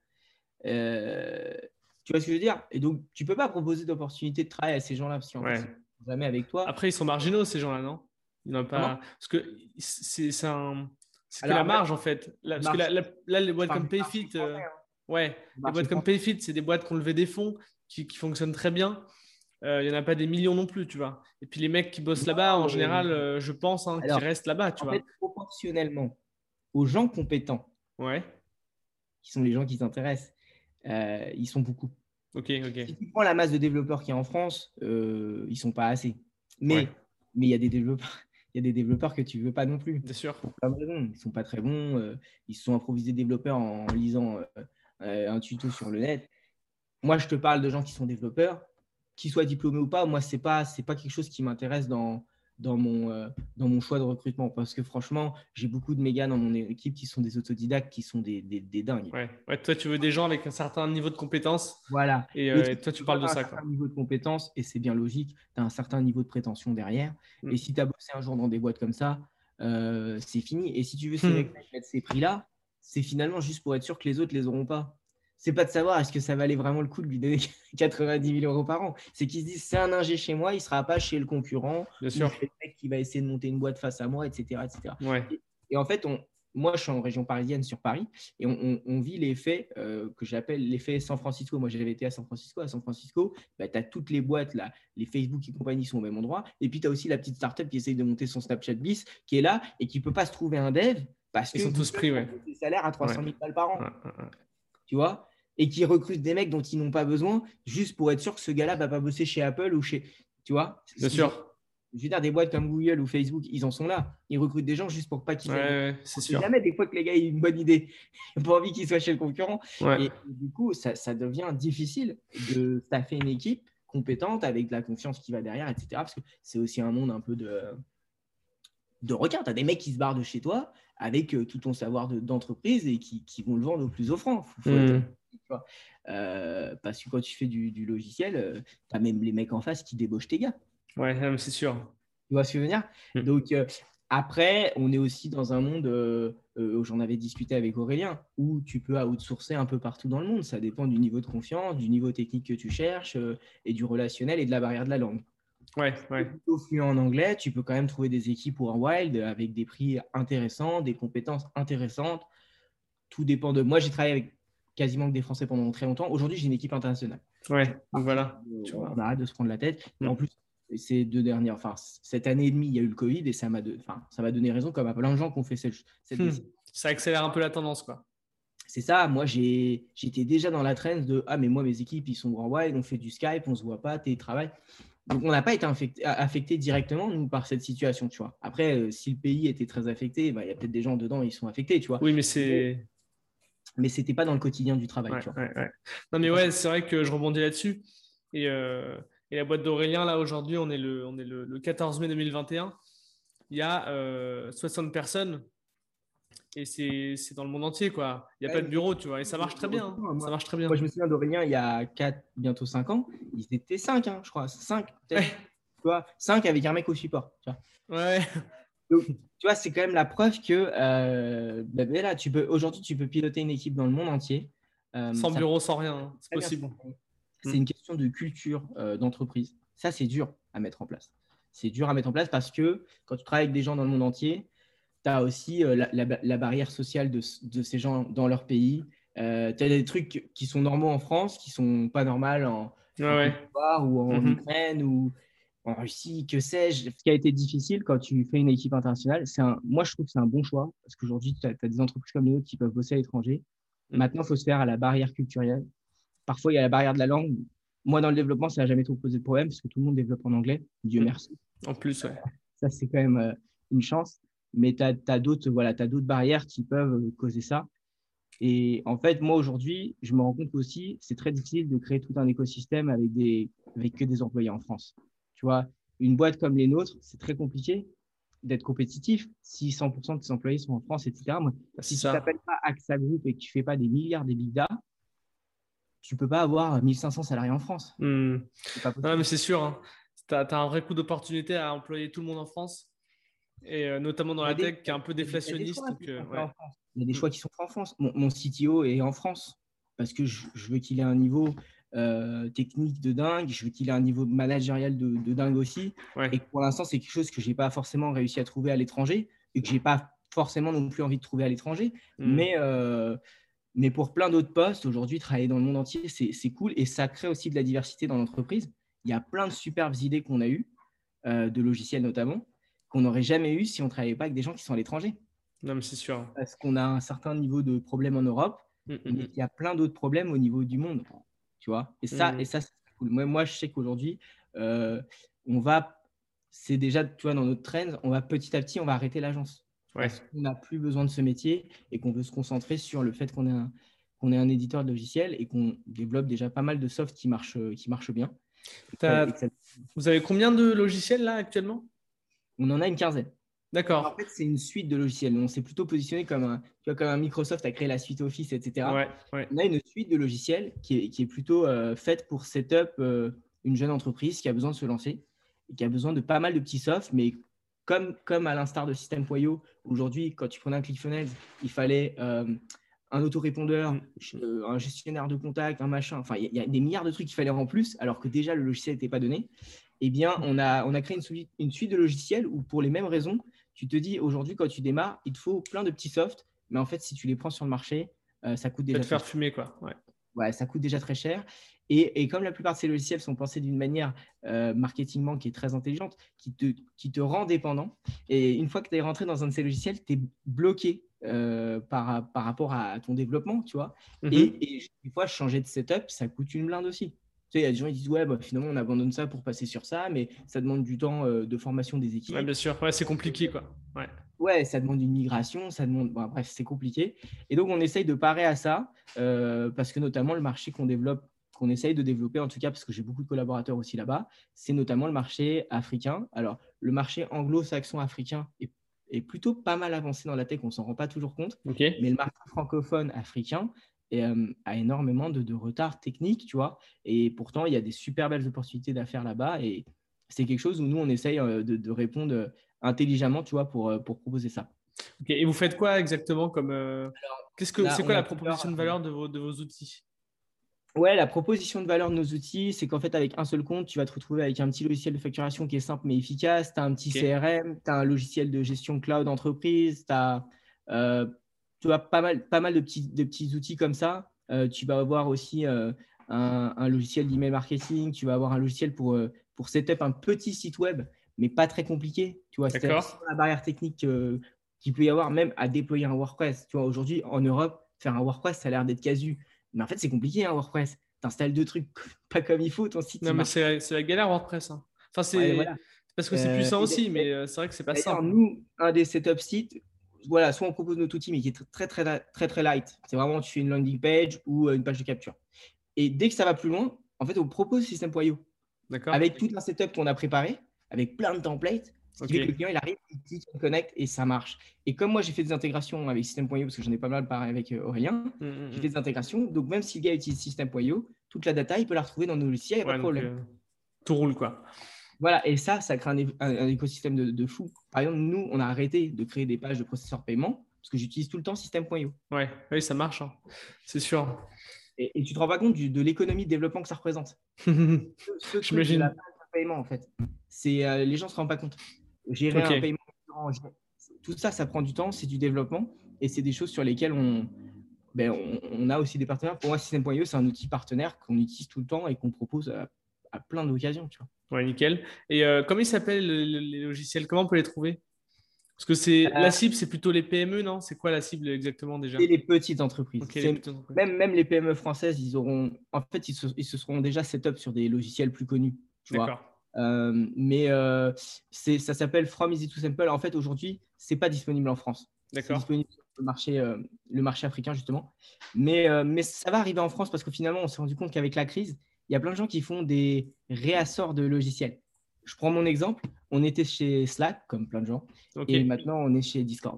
Euh, tu vois ce que je veux dire? Et donc, tu ne peux pas proposer d'opportunité de travail à ces gens-là, parce qu'en fait, ils Ouais. ne sont jamais avec toi. Après, ils sont marginaux, ces gens-là, non? Ils n'ont Comment? pas… Parce que c'est c'est un… c'est que la Alors, même marge, en fait. Là, le parce que là, marché, là, là, les je boîtes parle comme du marché Payfit, français, euh, hein. ouais, Le les marché boîtes comme français. Payfit, c'est des boîtes qui ont levé des fonds, qui, qui fonctionnent très bien. Euh, Il n'y en a pas des millions non plus, tu vois. Et puis les mecs qui bossent là-bas, Non, en mais général, euh, je pense hein, qu'ils alors, restent là-bas, tu en fait, vois. proportionnellement aux gens compétents, Ouais, qui sont les gens qui t'intéressent, euh, ils sont beaucoup. ok, ok. Si tu prends la masse de développeurs qu'il y a en France, euh, ils ne sont pas assez. Ouais, Mais mais il y a des développeurs, il y a des développeurs que tu ne veux pas non plus. bien sûr. Pour plein de raisons. Ils ne sont pas très bons. Euh, ils se sont improvisés développeurs en lisant euh, euh, un tuto sur le net. Moi, je te parle de gens qui sont développeurs, qu'ils soient diplômés ou pas. Moi, ce n'est pas, c'est pas quelque chose qui m'intéresse dans, dans, mon, euh, dans mon choix de recrutement. Parce que franchement, j'ai beaucoup de méga dans mon équipe qui sont des autodidactes, qui sont des, des, des dingues. Ouais. Ouais, toi, tu veux des gens avec un certain niveau de compétence Voilà. et, Le euh, et truc, toi, c'est tu que quand parles tu de as un ça, quoi. certain niveau de compétence, et c'est bien logique, tu as un certain niveau de prétention derrière. Hmm. Et si tu as bossé un jour dans des boîtes comme ça, euh, c'est fini. Et si tu veux ces Hmm. mecs mettre ces prix-là, c'est finalement juste pour être sûr que les autres les auront pas. C'est pas de savoir est-ce que ça valait vraiment le coup de lui donner quatre-vingt-dix mille euros par an. C'est qu'ils se disent c'est un ingé chez moi, il sera pas chez le concurrent Bien ou sûr. chez le mec qui va essayer de monter une boîte face à moi, et cetera, et cetera. Ouais. Et, et en fait, on, moi, je suis en région parisienne sur Paris et on, on- on vit l'effet euh, que j'appelle l'effet San Francisco. Moi, j'avais été à San Francisco. À San Francisco, bah, tu as toutes les boîtes, là, les Facebook et compagnie sont au même endroit. Et puis, tu as aussi la petite startup qui essaye de monter son Snapchat Bliss qui est là et qui ne peut pas se trouver un dev parce Ils que sont tous Google pris, ouais. propose des salaires à Ouais. trois cent mille balles par Ouais, an. ouais, ouais. Tu vois? Et qui recrutent des mecs dont ils n'ont pas besoin juste pour être sûr que ce gars-là ne va pas bosser chez Apple ou chez. Tu vois? Bien Ils ont sûr. je veux dire, des boîtes comme Google ou Facebook, ils en sont là. Ils recrutent des gens juste pour pas qu'ils Ouais, fassent des. ouais, c'est On sait sûr. jamais des fois que les gars aient une bonne idée. Ils n'ont pas envie qu'ils soient chez le concurrent. Ouais. Et, et du coup, ça, ça devient difficile de staffer une équipe compétente avec de la confiance qui va derrière, et cetera. Parce que c'est aussi un monde un peu de, de requins. Tu as des mecs qui se barrent de chez toi avec euh, tout ton savoir de- d'entreprise et qui, qui vont le vendre au plus offrant. Faut, faut être, Hmm. tu vois. Euh, parce que quand tu fais du, du logiciel, euh, tu as même les mecs en face qui débauchent tes gars. Ouais, non, mais c'est sûr. Tu vois ce que je veux dire? Hmm. Donc, euh, après, on est aussi dans un monde, euh, euh, j'en avais discuté avec Aurélien, où tu peux outsourcer un peu partout dans le monde. Ça dépend du niveau de confiance, du niveau technique que tu cherches euh, et du relationnel et de la barrière de la langue. Ouais, Si tu es ouais. plutôt fluent en anglais, tu peux quand même trouver des équipes pour un wild avec des prix intéressants, des compétences intéressantes. Tout dépend de. Moi, j'ai travaillé avec quasiment que des Français pendant très longtemps. Aujourd'hui, j'ai une équipe internationale. Ouais, donc voilà. Euh, Tu on vois. arrête de se prendre la tête. Et Mm. en plus, ces deux dernières, enfin, cette année et demie, il y a eu le Covid et ça m'a de, enfin, ça m'a donné raison, comme à plein de gens qui ont fait cette, cette Hmm. décision. Ça accélère un peu la tendance, quoi. C'est ça, moi j'ai, j'étais déjà dans la trend de ah, mais moi mes équipes ils sont worldwide, on fait du Skype, on se voit pas, télétravail. Donc on n'a pas été affecté, affecté directement nous par cette situation, tu vois. Après, euh, si le pays était très affecté, bah, il y a peut-être des gens dedans, ils sont affectés, tu vois. Oui, mais Mais, c'est. mais c'était pas dans le quotidien du travail, Ouais, tu vois. ouais, ouais. Non, mais ouais, c'est vrai que je rebondis là-dessus. Et, euh, et la boîte d'Aurélien, là, aujourd'hui, on est le, on est le, le quatorze mai deux mille vingt et un. Il y a euh, soixante personnes et c'est c'est dans le monde entier, quoi. Il n'y a Ouais, pas de mais bureau, tu vois. Et ça de, marche de très bien, hein. recrutement, Ça moi, marche très moi, bien. je me souviens d'Aurélien il y a quatre, bientôt cinq ans, ils étaient cinq, hein, je crois, cinq peut-être, Ouais, tu vois, cinq avec un mec au support, tu vois. ouais. Donc, tu vois, c'est quand même la preuve que euh, bah, ben là, tu peux, aujourd'hui, tu peux piloter une équipe dans le monde entier. Euh, Sans ça bureau, sans rien, hein. C'est très bien possible. fonctionner. Hmm. C'est une question de culture euh, d'entreprise. Ça, c'est dur à mettre en place. C'est dur à mettre en place parce que quand tu travailles avec des gens dans le monde entier, tu as aussi euh, la, la- la barrière sociale de, de ces gens dans leur pays. Euh, tu as des trucs qui sont normaux en France, qui sont pas normaux en, Ouais, en Côte ouais. d'Ivoire ou en Mhm. Ukraine ou en Russie, que sais-je. Ce qui a été difficile quand tu fais une équipe internationale, c'est un, moi, je trouve que c'est un bon choix parce qu'aujourd'hui, tu as, des entreprises comme les autres qui peuvent bosser à l'étranger. Hmm. Maintenant, il faut se faire à la barrière culturelle. Parfois, il y a la barrière de la langue. Moi, dans le développement, ça n'a jamais trop posé de problème parce que tout le monde développe en anglais. Dieu Hmm. merci. En plus, ouais. Ça, c'est quand même euh, une chance. Mais tu as, d'autres voilà, t'as d'autres barrières qui peuvent euh, causer ça. Et en fait, moi, aujourd'hui, je me rends compte aussi, c'est très difficile de créer tout un écosystème avec, des, avec que des employés en France. Tu vois, une boîte comme les nôtres, c'est très compliqué d'être compétitif si cent pour cent de tes employés sont en France, et cetera. Moi, Bah, c'est si tu ça. t'appelles pas AXA Group et que tu fais pas des milliards d'EBITDA, tu peux pas avoir mille cinq cents salariés en France. Hmm. C'est pas Non, mais possible. c'est sûr, hein. Tu as, un vrai coup d'opportunité à employer tout le monde en France. Et euh, notamment dans Il y a la des, tech qui est un peu il y a des, il y a des déflationniste. choix Donc, qui euh, sont faits ouais. en France. Il y a des Hmm. choix qui sont faits en France. Mon, mon C T O est en France parce que je, je veux qu'il ait un niveau euh, technique de dingue, je veux qu'il ait un niveau managérial de, de dingue aussi. Ouais. Et pour l'instant, c'est quelque chose que je n'ai pas forcément réussi à trouver à l'étranger et que je n'ai pas forcément non plus envie de trouver à l'étranger. Hmm. Mais, euh, mais pour plein d'autres postes, aujourd'hui, travailler dans le monde entier, c'est, c'est cool et ça crée aussi de la diversité dans l'entreprise. Il y a plein de superbes idées qu'on a eues, euh, de logiciels notamment, qu'on n'aurait jamais eu si on ne travaillait pas avec des gens qui sont à l'étranger. Non, mais c'est sûr. Parce qu'on a un certain niveau de problèmes en Europe, Hmm, mais hmm, il y a plein d'autres problèmes au niveau du monde, tu vois. Et ça, et hmm. ça c'est cool. Moi, moi, je sais qu'aujourd'hui, euh, on va, c'est déjà, tu vois, dans notre trend, on va petit à petit, on va arrêter l'agence Ouais. parce qu'on n'a plus besoin de ce métier et qu'on veut se concentrer sur le fait qu'on est un, qu'on est un éditeur de logiciels et qu'on développe déjà pas mal de soft qui marchent, qui marchent bien. Et que ça- et que T'as- ça- Vous avez combien de logiciels là actuellement? on en a une quinzaine. En D'accord. fait, c'est une suite de logiciels. On s'est plutôt positionné comme un, tu vois, comme un Microsoft a créé la suite Office, et cetera. Ouais, ouais. On a une suite de logiciels qui est, qui est plutôt euh, faite pour setup euh, une jeune entreprise qui a besoin de se lancer et qui a besoin de pas mal de petits softs, mais comme, comme à l'instar de System point i o, aujourd'hui, quand tu prenais un ClickFunnels, il fallait euh, un autorépondeur, Hmm, hmm. euh, un gestionnaire de contact, un machin. Enfin, il y, y a des milliards de trucs qu'il fallait en plus, alors que déjà le logiciel n'était pas donné. Eh bien, on a, on a créé une suite, une suite de logiciels où, pour les mêmes raisons, tu te dis aujourd'hui, quand tu démarres, il te faut plein de petits softs, mais en fait, si tu les prends sur le marché, euh, ça coûte Va déjà te très faire cher. fumer, quoi. Ouais. Ouais, ça coûte déjà très cher. Et, et comme la plupart de ces logiciels sont pensés d'une manière euh, marketingement qui est très intelligente, qui te, qui te rend dépendant, et une fois que tu es rentré dans un de ces logiciels, tu es bloqué euh, par, par rapport à ton développement, tu vois. Mhm. Et, et des fois, changer de setup, ça coûte une blinde aussi. Tu sais, il y a des gens qui disent, ouais, bah, finalement, on abandonne ça pour passer sur ça, mais ça demande du temps euh, de formation des Ouais, équipes. bien sûr. Ouais, c'est compliqué, quoi. Ouais. Ouais, ça demande une migration, ça demande. Bon, bref, c'est compliqué. Et donc, on essaye de parer à ça euh, parce que, notamment, le marché qu'on développe, qu'on essaye de développer, en tout cas, parce que j'ai beaucoup de collaborateurs aussi là-bas, c'est notamment le marché africain. Alors, le marché anglo-saxon africain est, est plutôt pas mal avancé dans la tech, on ne s'en rend pas toujours compte. Ok. Mais le marché francophone africain est, euh, a énormément de, de retard technique, tu vois. Et pourtant, il y a des super belles opportunités d'affaires là-bas. Et c'est quelque chose où nous, on essaye euh, de, de répondre intelligemment, tu vois, pour, euh, pour proposer ça. Ok. Et vous faites quoi exactement comme euh, qu'est-ce On que a, c'est on quoi a la plusieurs. proposition de valeur de vos, de vos outils? Ouais, la proposition de valeur de nos outils, c'est qu'en fait, avec un seul compte, tu vas te retrouver avec un petit logiciel de facturation qui est simple mais efficace. Tu as un petit Ok. C R M, tu as un logiciel de gestion cloud entreprise, tu as euh, tu as pas mal, pas mal de petits, de petits outils comme ça Euh, tu vas avoir aussi euh, un, un logiciel d'email marketing. Tu vas avoir un logiciel pour, euh, pour setup un petit site web, mais pas très compliqué. Tu vois, c'est-à-dire D'accord. sans la barrière technique euh, qu'il peut y avoir même à déployer un WordPress. Tu vois, aujourd'hui, en Europe, faire un WordPress, ça a l'air d'être casu. Mais en fait, c'est compliqué, un WordPress. Tu installes deux trucs pas comme il faut, ton site, Non, il mais marche. c'est c'est la galère WordPress, hein. Enfin, Ouais, c'est voilà. parce que c'est Euh, puissant et aussi, mais euh, c'est vrai que c'est pas d'ailleurs, simple. nous, un des setup sites, voilà, soit on propose notre outil, mais qui est très, très, très, très, très light. C'est vraiment, tu fais une landing page ou une page de capture. Et dès que ça va plus loin, en fait, on propose System.io D'accord? avec tout un setup qu'on a préparé, avec plein de templates, ce qui Ok. fait que le client, il arrive, il clique, il connecte et ça marche. Et comme moi, j'ai fait des intégrations avec System.io, parce que j'en ai pas mal parlé avec euh, Aurélien, Mm, mm, j'ai mm. fait des intégrations. Donc, même si le gars utilise System.io, toute la data, il peut la retrouver dans nos logiciels, il n'y a pas Ouais, de donc problème. euh, tout roule, quoi. Voilà, et ça, ça crée un, é- un- un écosystème de, de fou. Par exemple, nous, on a arrêté de créer des pages de processeur paiement parce que j'utilise tout le temps System.io. Ouais, oui, ça marche, hein. C'est sûr. Et, et tu te rends pas compte du- de l'économie de développement que ça représente. Ce, ce truc de la J'imagine. page de paiement, en fait, c'est euh, les gens se rendent pas compte. Gérer Ok. un paiement, tout ça, ça prend du temps, c'est du développement et c'est des choses sur lesquelles on, ben, on, on a aussi des partenaires. Pour moi, System.io, c'est un outil partenaire qu'on utilise tout le temps et qu'on propose à, à plein d'occasions. Tu vois. Ouais, nickel. Et euh, comment ils s'appellent le- le- les logiciels? Comment on peut les trouver? Parce que c'est Euh, la cible, c'est plutôt les P M E, non? C'est quoi la cible exactement c'est déjà? les petites entreprises. Ok, les C'est, petites entreprises. même, même les P M E françaises, ils auront, en fait, ils se, ils se seront déjà set-up sur des logiciels plus connus, tu vois. D'accord. Euh, mais euh, c'est, ça s'appelle From Easy to Simple. En fait, aujourd'hui, c'est pas disponible en France. C'est D'accord. disponible sur le marché, euh, le marché africain, justement. Mais, euh, mais ça va arriver en France parce que finalement, on s'est rendu compte qu'avec la crise, il y a plein de gens qui font des réassorts de logiciels. Je prends mon exemple. On était chez Slack, comme plein de gens, Ok. et maintenant, on est chez Discord.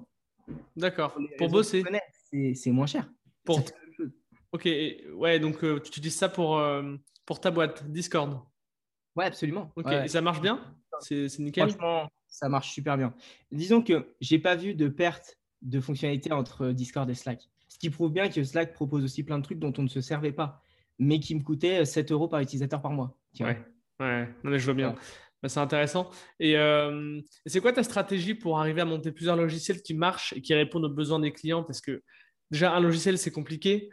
Pour D'accord. les Pour raisons que tu bosser. connais, c'est c'est moins cher. Ça Pour... fait la même chose. Ok. et- Ouais, donc euh, tu utilises ça pour, euh, pour ta boîte, Discord. Ouais, absolument. Ok. Ouais, Et ouais. ça marche bien? C'est c'est nickel? Franchement, ça marche super bien. Disons que j'ai pas vu de perte de fonctionnalité entre Discord et Slack. Ce qui prouve bien que Slack propose aussi plein de trucs dont on ne se servait pas, mais qui me coûtaient sept euros par utilisateur par mois. Tu vois. Ouais. Ouais. Non, mais je vois bien. Voilà. Bah, c'est intéressant. Et, euh, et c'est quoi ta stratégie pour arriver à monter plusieurs logiciels qui marchent et qui répondent aux besoins des clients? Parce que déjà, un logiciel, c'est compliqué.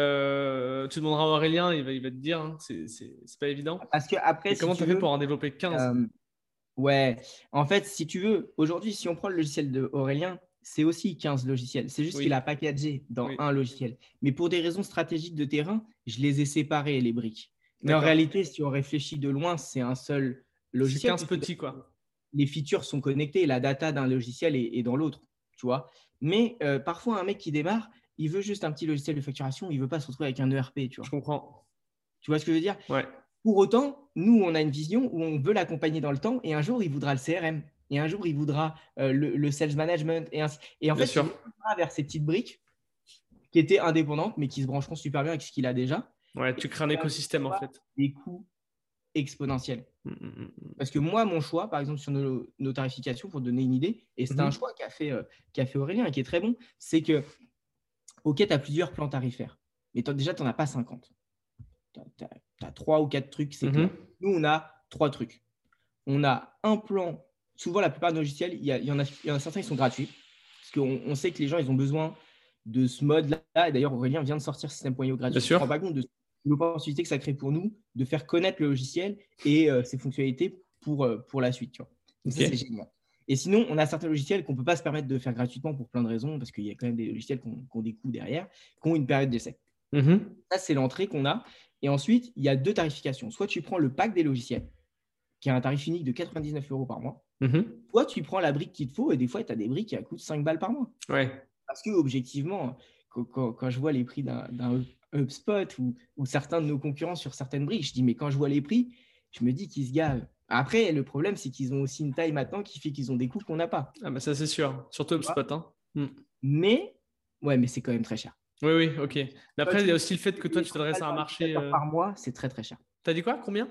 Euh, tu demanderas à Aurélien, il va, il va te dire, hein, c'est c'est- c'est pas évident. Parce que après, Et si comment tu tu as fait veux, pour en développer quinze? euh, ouais, en fait, si tu veux, aujourd'hui, si on prend le logiciel de Aurélien, c'est aussi quinze logiciels. C'est juste qu'il Oui, a packagé dans oui, un logiciel. Mais pour des raisons stratégiques de terrain, je les ai séparés, les briques. Mais en d'accord. réalité, si on réfléchit de loin, c'est un seul C'est logiciel, quinze puisque petits, quoi. les features sont connectées, la data d'un logiciel est, est dans l'autre, tu vois. Mais euh, parfois, un mec qui démarre, il veut juste un petit logiciel de facturation, il veut pas se retrouver avec un E R P, tu Je vois. comprends. Tu vois ce que je veux dire? Ouais, Pour autant, nous, on a une vision où on veut l'accompagner dans le temps et un jour, il voudra le C R M. Et un jour, il voudra euh, le, le sales management. Et, ainsi. Et en bien fait, il sûr. évoluera vers ces petites briques qui étaient indépendantes, mais qui se brancheront super bien avec ce qu'il a déjà. Ouais, Et tu qui crées un va écosystème, en avoir fait. des coûts exponentiels. Mm, mm, mm. Parce que moi, mon choix, par exemple, sur nos, nos tarifications, pour donner une idée, et c'est un Mhm. choix qu'a fait, euh, qu'a fait Aurélien et qui est très bon, c'est que, OK, tu as plusieurs plans tarifaires, mais toi, déjà, tu n'en as pas cinquante. Tu as trois ou quatre trucs, c'est clair. Mhm. Nous, on a trois trucs. On a un plan. Souvent, la plupart de nos logiciels, il y, a, il y, en, a, il y en a certains qui sont gratuits. Parce qu'on on sait que les gens, ils ont besoin de ce mode-là. Et d'ailleurs, Aurélien vient de sortir System.io Bien gratuit. Tu ne te rends sûr. pas compte de l'opportunité que ça crée pour nous de faire connaître le logiciel et euh, ses fonctionnalités pour, euh, pour la suite. Tu vois. Donc, Ok. ça, c'est génial. Et sinon, on a certains logiciels qu'on ne peut pas se permettre de faire gratuitement pour plein de raisons, parce qu'il y a quand même des logiciels qui ont, qui ont des coûts derrière, qui ont une période d'essai. Mhm. Ça, c'est l'entrée qu'on a. Et ensuite, il y a deux tarifications. Soit tu prends le pack des logiciels, qui a un tarif unique de quatre-vingt-dix-neuf euros par mois. Mhm. Toi, tu prends la brique qu'il te faut et des fois, tu as des briques qui coûtent cinq balles par mois. Ouais. Parce que, objectivement, quand, quand, quand je vois les prix d'un, d'un HubSpot ou, ou certains de nos concurrents sur certaines briques, je dis, mais quand je vois les prix, je me dis qu'ils se gavent. Après, le problème, c'est qu'ils ont aussi une taille maintenant qui fait qu'ils ont des coûts qu'on n'a pas. Ah bah ça, c'est sûr. Surtout Tu vois. HubSpot, hein. Mm. Mais, ouais, mais c'est quand même très cher. Oui, oui, ok. Mais Toi, après, il tu y a me aussi le fait que toi, payer tu trente t'adresses balles à un par marché. utilisateur euh, par mois, c'est très, très cher. T'as dit quoi? Combien?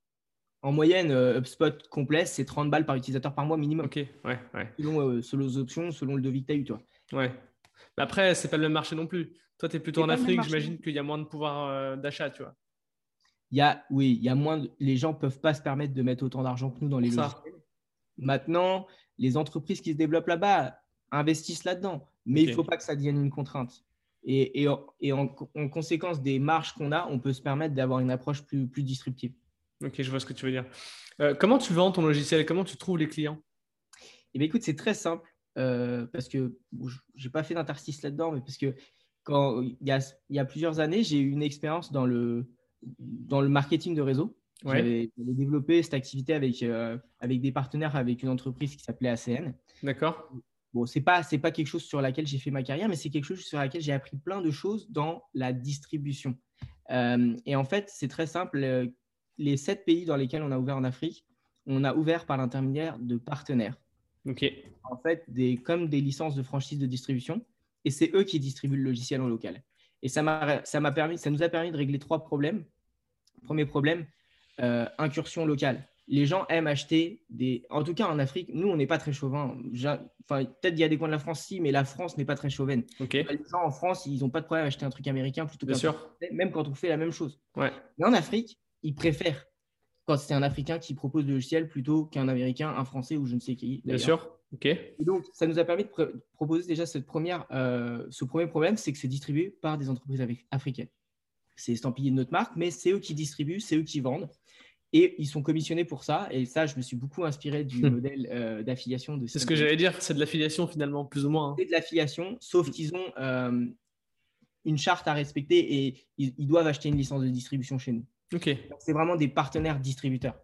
En moyenne, euh, HubSpot complet, c'est trente balles par utilisateur par mois minimum, Ok, ouais, ouais, selon, euh, selon les options, selon le devis que tu as eu, toi. ouais. Mais après, c'est pas le même marché non plus. Toi, tu es plutôt C'est en pas le même Afrique, marché. j'imagine qu'il y a moins de pouvoir euh, d'achat, tu vois. Il y a, oui, il y a moins de- les gens ne peuvent pas se permettre de mettre autant d'argent que nous dans les Pour ça. logiciels. Maintenant, les entreprises qui se développent là-bas investissent là-dedans, mais il Ok. ne faut pas que ça devienne une contrainte. Et, et, en, et en, en conséquence des marges qu'on a, on peut se permettre d'avoir une approche plus, plus disruptive. Ok, je vois ce que tu veux dire. Euh, comment tu vends ton logiciel? Comment tu trouves les clients? Eh bien, écoute, c'est très simple euh, parce que bon, je n'ai pas fait d'interstice là-dedans, mais parce que quand il y a, il y a plusieurs années, j'ai eu une expérience dans le, dans le marketing de réseau. Ouais, J'avais j'avais développé cette activité avec, euh, avec des partenaires, avec une entreprise qui s'appelait A C N. d'accord. Bon, ce n'est pas, c'est pas quelque chose sur laquelle j'ai fait ma carrière, mais c'est quelque chose sur laquelle j'ai appris plein de choses dans la distribution. Euh, et en fait, c'est très simple. euh, Les sept pays dans lesquels on a ouvert en Afrique, on a ouvert par l'intermédiaire de partenaires. Ok, En fait, des, comme des licences de franchise de distribution, et c'est eux qui distribuent le logiciel en local. Et ça m'a, ça m'a permis, ça nous a permis de régler trois problèmes. Premier problème, euh, incursion locale. Les gens aiment acheter des. En tout cas, en Afrique, nous, on n'est pas très chauvin. Enfin, peut-être il y a des coins de la France, si, mais la France n'est pas très chauvine. ok, Les gens en France, ils n'ont pas de problème à acheter un truc américain plutôt bien qu'un truc sûr. français, même quand on fait la même chose. Ouais, Mais en Afrique, ils préfèrent quand c'est un Africain qui propose le logiciel plutôt qu'un Américain, un Français ou je ne sais qui bien d'ailleurs. sûr. Ok, Et donc, ça nous a permis de pr proposer déjà cette première, euh, ce premier problème, c'est que c'est distribué par des entreprises africaines. C'est estampillé de notre marque, mais c'est eux qui distribuent, c'est eux qui vendent. Et ils sont commissionnés pour ça. Et ça, je me suis beaucoup inspiré du modèle euh, d'affiliation de c'est ce System que point I O. j'allais dire, c'est de l'affiliation finalement, plus ou moins, hein. C'est de l'affiliation, sauf qu'ils ont euh, une charte à respecter et ils, ils doivent acheter une licence de distribution chez nous. Ok, C'est vraiment des partenaires distributeurs.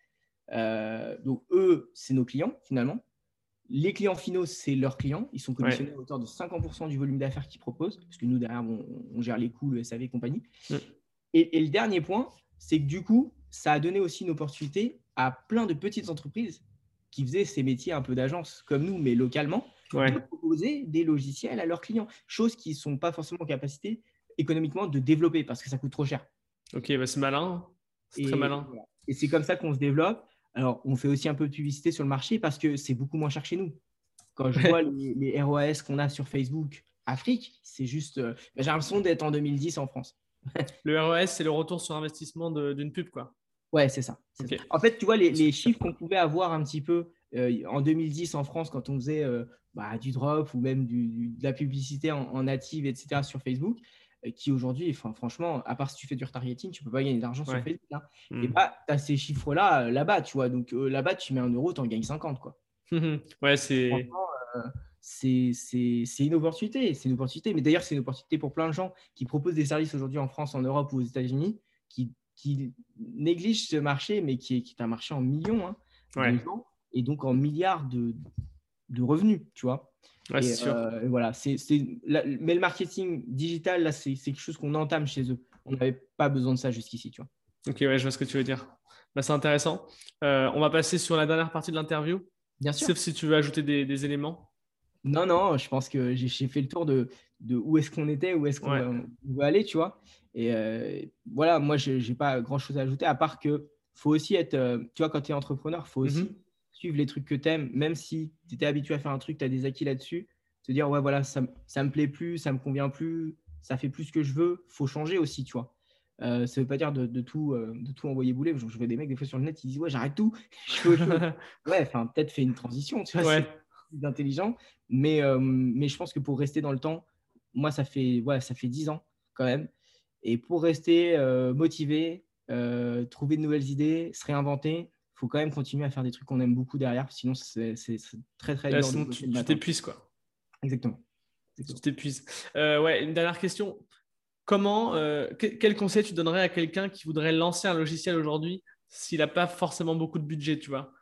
Euh, donc, eux, c'est nos clients finalement. Les clients finaux, c'est leurs clients. Ils sont commissionnés ouais. à hauteur de cinquante pour cent du volume d'affaires qu'ils proposent, parce que nous, derrière, on, on gère les coûts, le S A V et compagnie. Mm. Et, et le dernier point, c'est que du coup, ça a donné aussi une opportunité à plein de petites entreprises qui faisaient ces métiers un peu d'agence comme nous, mais localement, Ouais. de proposer des logiciels à leurs clients, chose qu'ils ne sont pas forcément en capacité économiquement de développer parce que ça coûte trop cher. Ok, bah c'est malin. C'est très Et, malin. voilà. Et c'est comme ça qu'on se développe. Alors, on fait aussi un peu de publicité sur le marché parce que c'est beaucoup moins cher chez nous. Quand je vois les, les R O A S qu'on a sur Facebook Afrique, c'est juste. Euh, bah, j'ai l'impression d'être en deux mille dix en France. Le R O S, c'est le retour sur investissement de- d'une pub, quoi. Ouais, c'est ça, c'est Ok. ça. En fait, tu vois, les, C'est les super. chiffres qu'on pouvait avoir un petit peu euh, en deux mille dix en France quand on faisait euh, bah, du drop ou même du, du- de la publicité en, en native, et cetera sur Facebook, euh, qui aujourd'hui, enfin, franchement, à part si tu fais du retargeting, tu ne peux pas gagner d'argent sur Ouais. Facebook, hein. Et Hmm. bah, tu as ces chiffres-là euh, là-bas, tu vois. Donc euh, là-bas, tu mets un euro, tu en gagnes cinquante, quoi. Ouais, c'est. Franchement, euh, c'est c'est- c'est une opportunité. C'est une opportunité. Mais d'ailleurs, c'est une opportunité pour plein de gens qui proposent des services aujourd'hui en France, en Europe ou aux États-Unis, qui, qui négligent ce marché, mais qui est, qui est un marché en millions hein, de Ouais, gens et donc en milliards de, de revenus, tu vois. ouais, Et, c'est sûr. euh, et voilà, c'est, c'est, la- mais le marketing digital, là, c'est c'est quelque chose qu'on entame chez eux. On n'avait pas besoin de ça jusqu'ici, tu vois. Ok, ouais, je vois ce que tu veux dire. Bah, c'est intéressant. Euh, on va passer sur la dernière partie de l'interview, Bien sûr. sauf si tu veux ajouter des, des éléments. Non, non, je pense que j'ai j'ai fait le tour de, de où est-ce qu'on était, où est-ce qu'on Ouais. va, on va aller, tu vois. Et euh, voilà, moi, je n'ai pas grand-chose à ajouter, à part que faut aussi être, euh, tu vois, quand tu es entrepreneur, faut aussi Mhm. suivre les trucs que tu aimes, même si tu étais habitué à faire un truc, tu as des acquis là-dessus, te dire, ouais, voilà, ça, ça me plaît plus, ça me convient plus, ça fait plus ce que je veux, faut changer aussi, tu vois. Euh, ça veut pas dire de, de tout, euh, de tout envoyer bouler. Genre, je vois des mecs des fois sur le net, ils disent, ouais, j'arrête tout, je fais autre chose. Ouais, enfin, peut-être fais une transition, tu vois, Ouais. c'est plus intelligent. Mais, euh, mais je pense que pour rester dans le temps, moi, ça fait, ouais, ça fait dix ans quand même. Et pour rester euh, motivé, euh, trouver de nouvelles idées, se réinventer, il faut quand même continuer à faire des trucs qu'on aime beaucoup derrière. Sinon, c'est c'est- c'est très, très Là, dur de sinon, bosser tu le tu matin. t'épuises, quoi. Exactement. Tu Exactement. t'épuises. Euh, ouais, une dernière question. Comment, euh, que- quel conseil tu donnerais à quelqu'un qui voudrait lancer un logiciel aujourd'hui s'il n'a pas forcément beaucoup de budget, tu vois?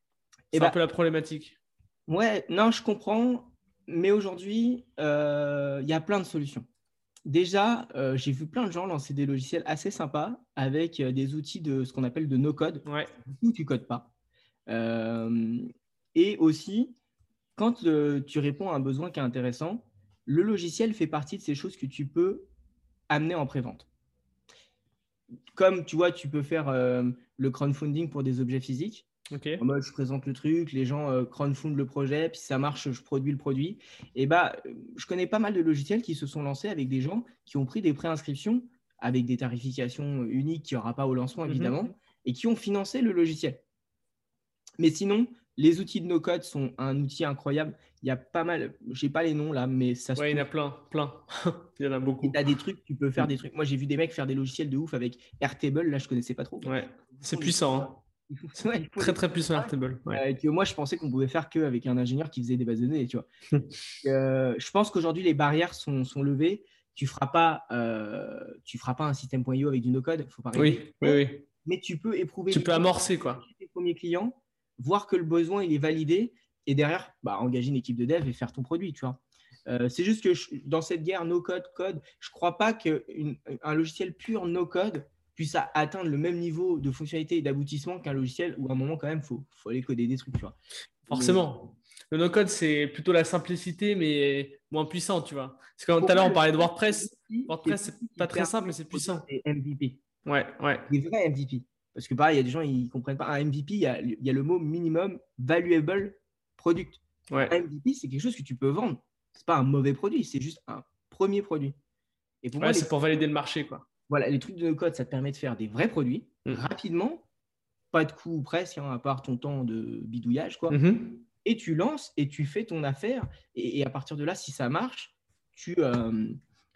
Et C'est un bah, peu la problématique. ouais, non, je comprends. Mais aujourd'hui, euh, il y a plein de solutions. Déjà, euh, j'ai vu plein de gens lancer des logiciels assez sympas avec euh, des outils de ce qu'on appelle de no-code, Ouais. où tu ne codes pas. Euh, et aussi, quand euh, tu réponds à un besoin qui est intéressant, le logiciel fait partie de ces choses que tu peux amener en prévente. Comme tu vois, tu peux faire euh, le crowdfunding pour des objets physiques. Ok. En mode, je présente le truc, les gens euh, crowdfundent le projet, puis si ça marche, je produis le produit. Et bah, euh, je connais pas mal de logiciels qui se sont lancés avec des gens qui ont pris des préinscriptions avec des tarifications uniques qu'il n'y aura pas au lancement, Mhm. évidemment, et qui ont financé le logiciel. Mais sinon, les outils de no-code sont un outil incroyable. Il y a pas mal, je n'ai pas les noms là, mais ça se Ouais, il y en trouve. a plein, plein. Il y en a Et beaucoup. tu as des trucs, tu peux faire Mm. des trucs. Moi, j'ai vu des mecs faire des logiciels de ouf avec Airtable. Là, je ne connaissais pas trop. Mais Ouais, ils c'est font des trucs, puissant. Hein. ils font, C'est ouais, ils font très des très trucs puissant dingues, Airtable. Ouais. euh, que moi, je pensais qu'on pouvait faire qu'avec un ingénieur qui faisait des bases de données. Tu vois. Euh, je pense qu'aujourd'hui, les barrières sont, sont levées. Tu ne feras, pas, euh, tu feras pas un système.io avec du no-code. Il ne faut pas rêver. Oui, oui, oui. Mais tu peux éprouver Tu peux l'outil, amorcer, quoi. tes premiers clients, voir que le besoin il est validé et derrière bah, engager une équipe de dev et faire ton produit, tu vois. Euh, c'est juste que je, dans cette guerre no code code, je crois pas qu'un logiciel pur no code puisse atteindre le même niveau de fonctionnalité et d'aboutissement qu'un logiciel où à un moment quand même faut faut aller coder des trucs, tu vois. Mais Forcément. Le no-code, c'est plutôt la simplicité, mais moins puissant, tu vois. Parce que tout pour à l'heure, moi, on le parlait de code, WordPress. c'est WordPress, c'est l'outil qui pas très simple, permet mais de c'est produire puissant. des M V P. Ouais, ouais. Des vrais M V P. Parce que pareil, il y a des gens, ils ne comprennent pas. Un M V P, il y a, il y a le mot minimum valuable product. Ouais, Un M V P, c'est quelque chose que tu peux vendre. Ce n'est pas un mauvais produit, c'est juste un premier produit. Et pour moi, ouais, les, c'est pour valider le marché, quoi. voilà, les trucs de no-code, ça te permet de faire des vrais produits Mm. rapidement, pas de coût presque, hein, à part ton temps de bidouillage, quoi. Mhm. Et tu lances et tu fais ton affaire. Et, et à partir de là, si ça marche, tu, euh,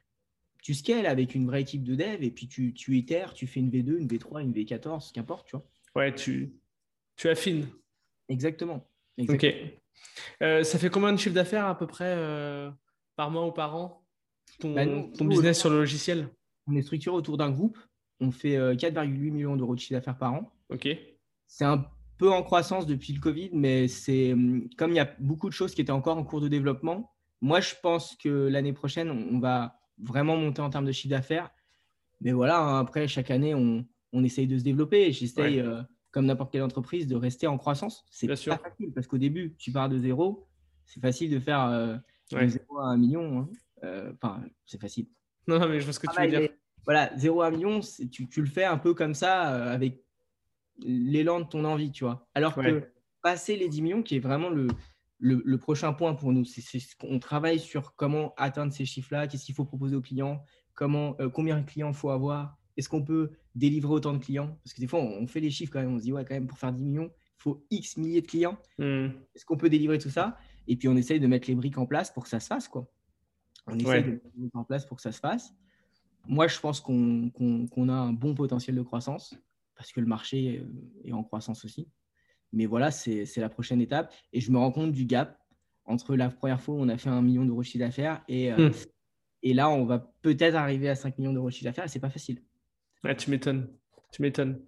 tu scales avec une vraie équipe de dev et puis tu, tu itères, tu fais une V deux, une V trois, une V quatorze, qu'importe, tu vois. Ouais, tu, tu affines. Exactement. Ok. Exactement. Euh, ça fait combien de chiffre d'affaires à peu près euh, par mois ou par an, Bah, ton, nous, ton nous business aujourd'hui, sur le logiciel? on est structuré autour d'un groupe. On fait euh, quatre virgule huit millions d'euros de chiffre d'affaires par an. Ok. C'est un peu en croissance depuis le Covid, mais c'est hum, comme il y a beaucoup de choses qui étaient encore en cours de développement. Moi, je pense que l'année prochaine, on va vraiment monter en termes de chiffre d'affaires. Mais voilà, hein, après, chaque année, on, on essaye de se développer. J'essaye, Ouais, euh, comme n'importe quelle entreprise, de rester en croissance. bien C'est pas sûr. facile parce qu'au début, tu pars de zéro. C'est facile de faire euh, de Ouais. zéro à un million. Hein. Euh, Enfin, c'est facile. Non, non, mais je vois ce que tu veux Travail, dire. mais voilà, zéro à un million, tu, tu le fais un peu comme ça, euh, avec l'élan de ton envie, tu vois. Alors que Ouais. passer les dix millions, qui est vraiment le, le, le prochain point pour nous, c'est ce qu'on travaille sur comment atteindre ces chiffres-là, qu'est-ce qu'il faut proposer aux clients, comment, euh, combien de clients il faut avoir, est-ce qu'on peut délivrer autant de clients? Parce que des fois, on, on fait les chiffres quand même, on se dit, ouais, quand même, pour faire dix millions, il faut X milliers de clients. Hmm. Est-ce qu'on peut délivrer tout ça? Et puis, on essaye de mettre les briques en place pour que ça se fasse, quoi. On essaye de Ouais. mettre les briques en place pour que ça se fasse. Moi, je pense qu'on qu'on, qu'on a un bon potentiel de croissance parce que le marché est en croissance aussi. Mais voilà, c'est la prochaine étape. Et je me rends compte du gap entre la première fois où on a fait un million d'euros de chiffre d'affaires et, euh, Hmm. et là, on va peut-être arriver à cinq millions d'euros de chiffre d'affaires et c'est pas facile. Ouais, tu m'étonnes. Tu m'étonnes.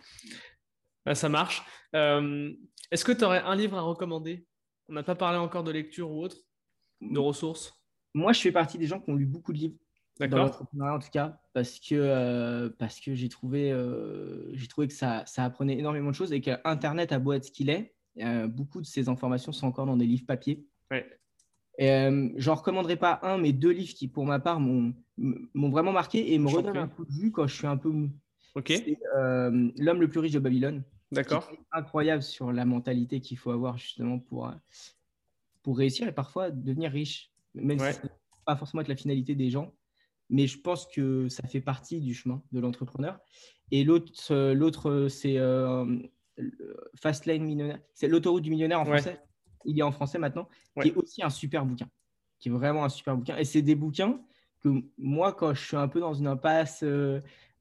Ah, ça marche. Euh, est-ce que tu aurais un livre à recommander? On n'a pas parlé encore de lecture ou autre, de ressources. Moi, je fais partie des gens qui ont lu beaucoup de livres dans D'accord? l'entrepreneuriat en tout cas, parce que, euh, parce que j'ai trouvé, euh, j'ai trouvé que ça, ça apprenait énormément de choses et qu'Internet a beau être ce qu'il est, euh, beaucoup de ces informations sont encore dans des livres papier. Ouais. Euh, j'en recommanderai pas un, mais deux livres qui, pour ma part, m'ont m'ont vraiment marqué et me Je t'en redonnent un prie. coup de vue quand je suis un peu mou. Ok. C'est euh, L'homme le plus riche de Babylone, qui D'accord. est incroyable sur la mentalité qu'il faut avoir justement pour, euh, pour réussir et parfois devenir riche, même si Ouais. ce n'est pas forcément être la finalité des gens. Mais je pense que ça fait partie du chemin de l'entrepreneur. Et l'autre, euh, l'autre euh, c'est euh, Fastlane Millionnaire. C'est l'autoroute du millionnaire en Ouais. français. Il est en français maintenant, qui Ouais. est aussi un super bouquin, qui est vraiment un super bouquin. Et c'est des bouquins que moi, quand je suis un peu dans une impasse, euh,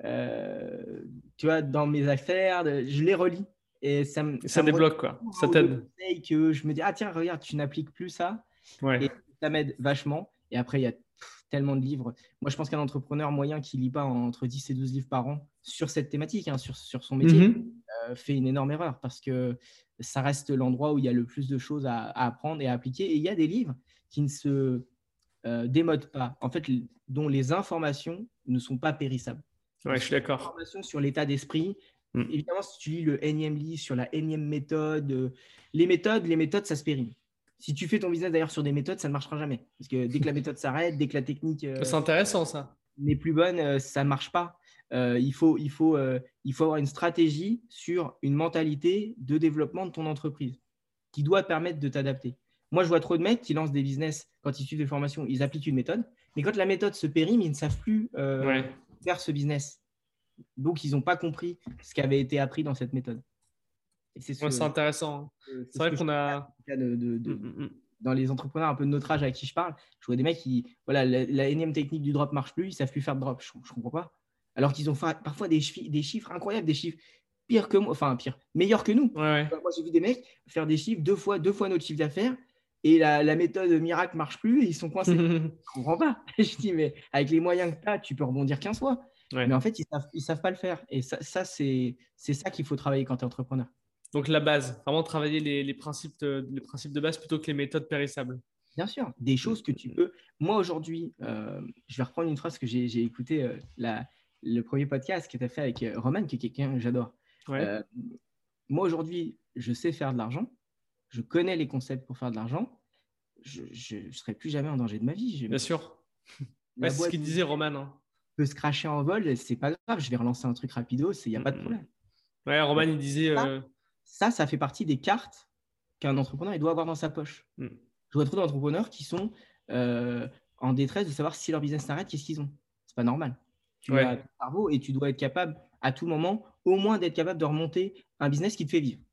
euh, tu vois, dans mes affaires, de- je les relis. Et ça, me- Et ça ça me redonne débloque, quoi. toujours Ça un ou deux t'aide. conseils que je me dis, ah tiens, regarde, tu n'appliques plus ça. Ouais. Et ça m'aide vachement. Et après, il y a pff, tellement de livres. Moi, je pense qu'un entrepreneur moyen qui lit pas entre dix et douze livres par an sur cette thématique, hein, sur, sur son métier, Mhm. euh, fait une énorme erreur parce que ça reste l'endroit où il y a le plus de choses à, à apprendre et à appliquer. Et il y a des livres qui ne se euh, démodent pas, en fait, l- dont les informations ne sont pas périssables. Ouais, Parce je que suis les d'accord. informations sur l'état d'esprit, Mm. évidemment, si tu lis le énième livre sur la énième méthode, euh, les méthodes, les méthodes, ça se périme. Si tu fais ton business d'ailleurs sur des méthodes, ça ne marchera jamais. Parce que dès que la méthode s'arrête, dès que la technique euh, C'est intéressant, ça. n'est plus bonne, euh, ça ne marche pas. Euh, il, faut, il, faut, euh, il faut avoir une stratégie sur une mentalité de développement de ton entreprise qui doit te permettre de t'adapter. Moi, je vois trop de mecs qui lancent des business quand ils suivent des formations, ils appliquent une méthode, mais quand la méthode se périme, ils ne savent plus euh, Ouais. faire ce business. Donc, ils n'ont pas compris ce qui avait été appris dans cette méthode. Et c'est Ouais, c'est ce, intéressant. c'est C'est ce vrai que je qu'on préfère, a. en tout cas, de, de- Mm, de- mm, mm. dans les entrepreneurs un peu de notre âge avec qui je parle. Je vois des mecs qui, voilà, la, la énième technique du drop marche plus, ils savent plus faire de drop. Je, je comprends pas. Alors qu'ils ont fa- parfois des, chi- des chiffres incroyables, des chiffres pires que moi, enfin pire, meilleurs que nous. Ouais, ouais. Moi, j'ai vu des mecs faire des chiffres deux fois, deux fois notre chiffre d'affaires et la, la méthode miracle marche plus et ils sont coincés. Je comprends pas. Je dis, mais avec les moyens que tu as, tu peux rebondir quinze fois. Mais Ouais. en fait, ils savent, ils savent pas le faire. Et ça, ça c'est, c'est ça qu'il faut travailler quand tu es entrepreneur. Donc la base, vraiment travailler les, les principes de, les principes de base plutôt que les méthodes périssables. Bien sûr, des Mm, choses que tu mm, peux. Moi, aujourd'hui, euh, je vais reprendre une phrase que j'ai j'ai écouté euh, la- le premier podcast que tu as fait avec euh, Roman, qui est quelqu'un que j'adore. mm. Ouais. Euh, moi, aujourd'hui, je sais faire de l'argent. Je connais les concepts pour faire de l'argent. Je ne serai plus jamais en danger de ma vie. Je- Bien sûr. Ouais, la c'est ce boîte qu'il disait, Roman. Hein. peut se cracher en vol, c'est pas grave. Je vais relancer un truc rapido, il n'y a Mm, pas de mm. problème. Ouais, Roman, Euh, il disait. ça, euh, ça, ça fait partie des cartes qu'un entrepreneur il doit avoir dans sa poche. mm. Je vois trop d'entrepreneurs qui sont euh, en détresse de savoir si leur business s'arrête, qu'est-ce qu'ils ont. C'est pas normal. Tu as Ouais. ton cerveau et tu dois être capable à tout moment, au moins d'être capable de remonter un business qui te fait vivre.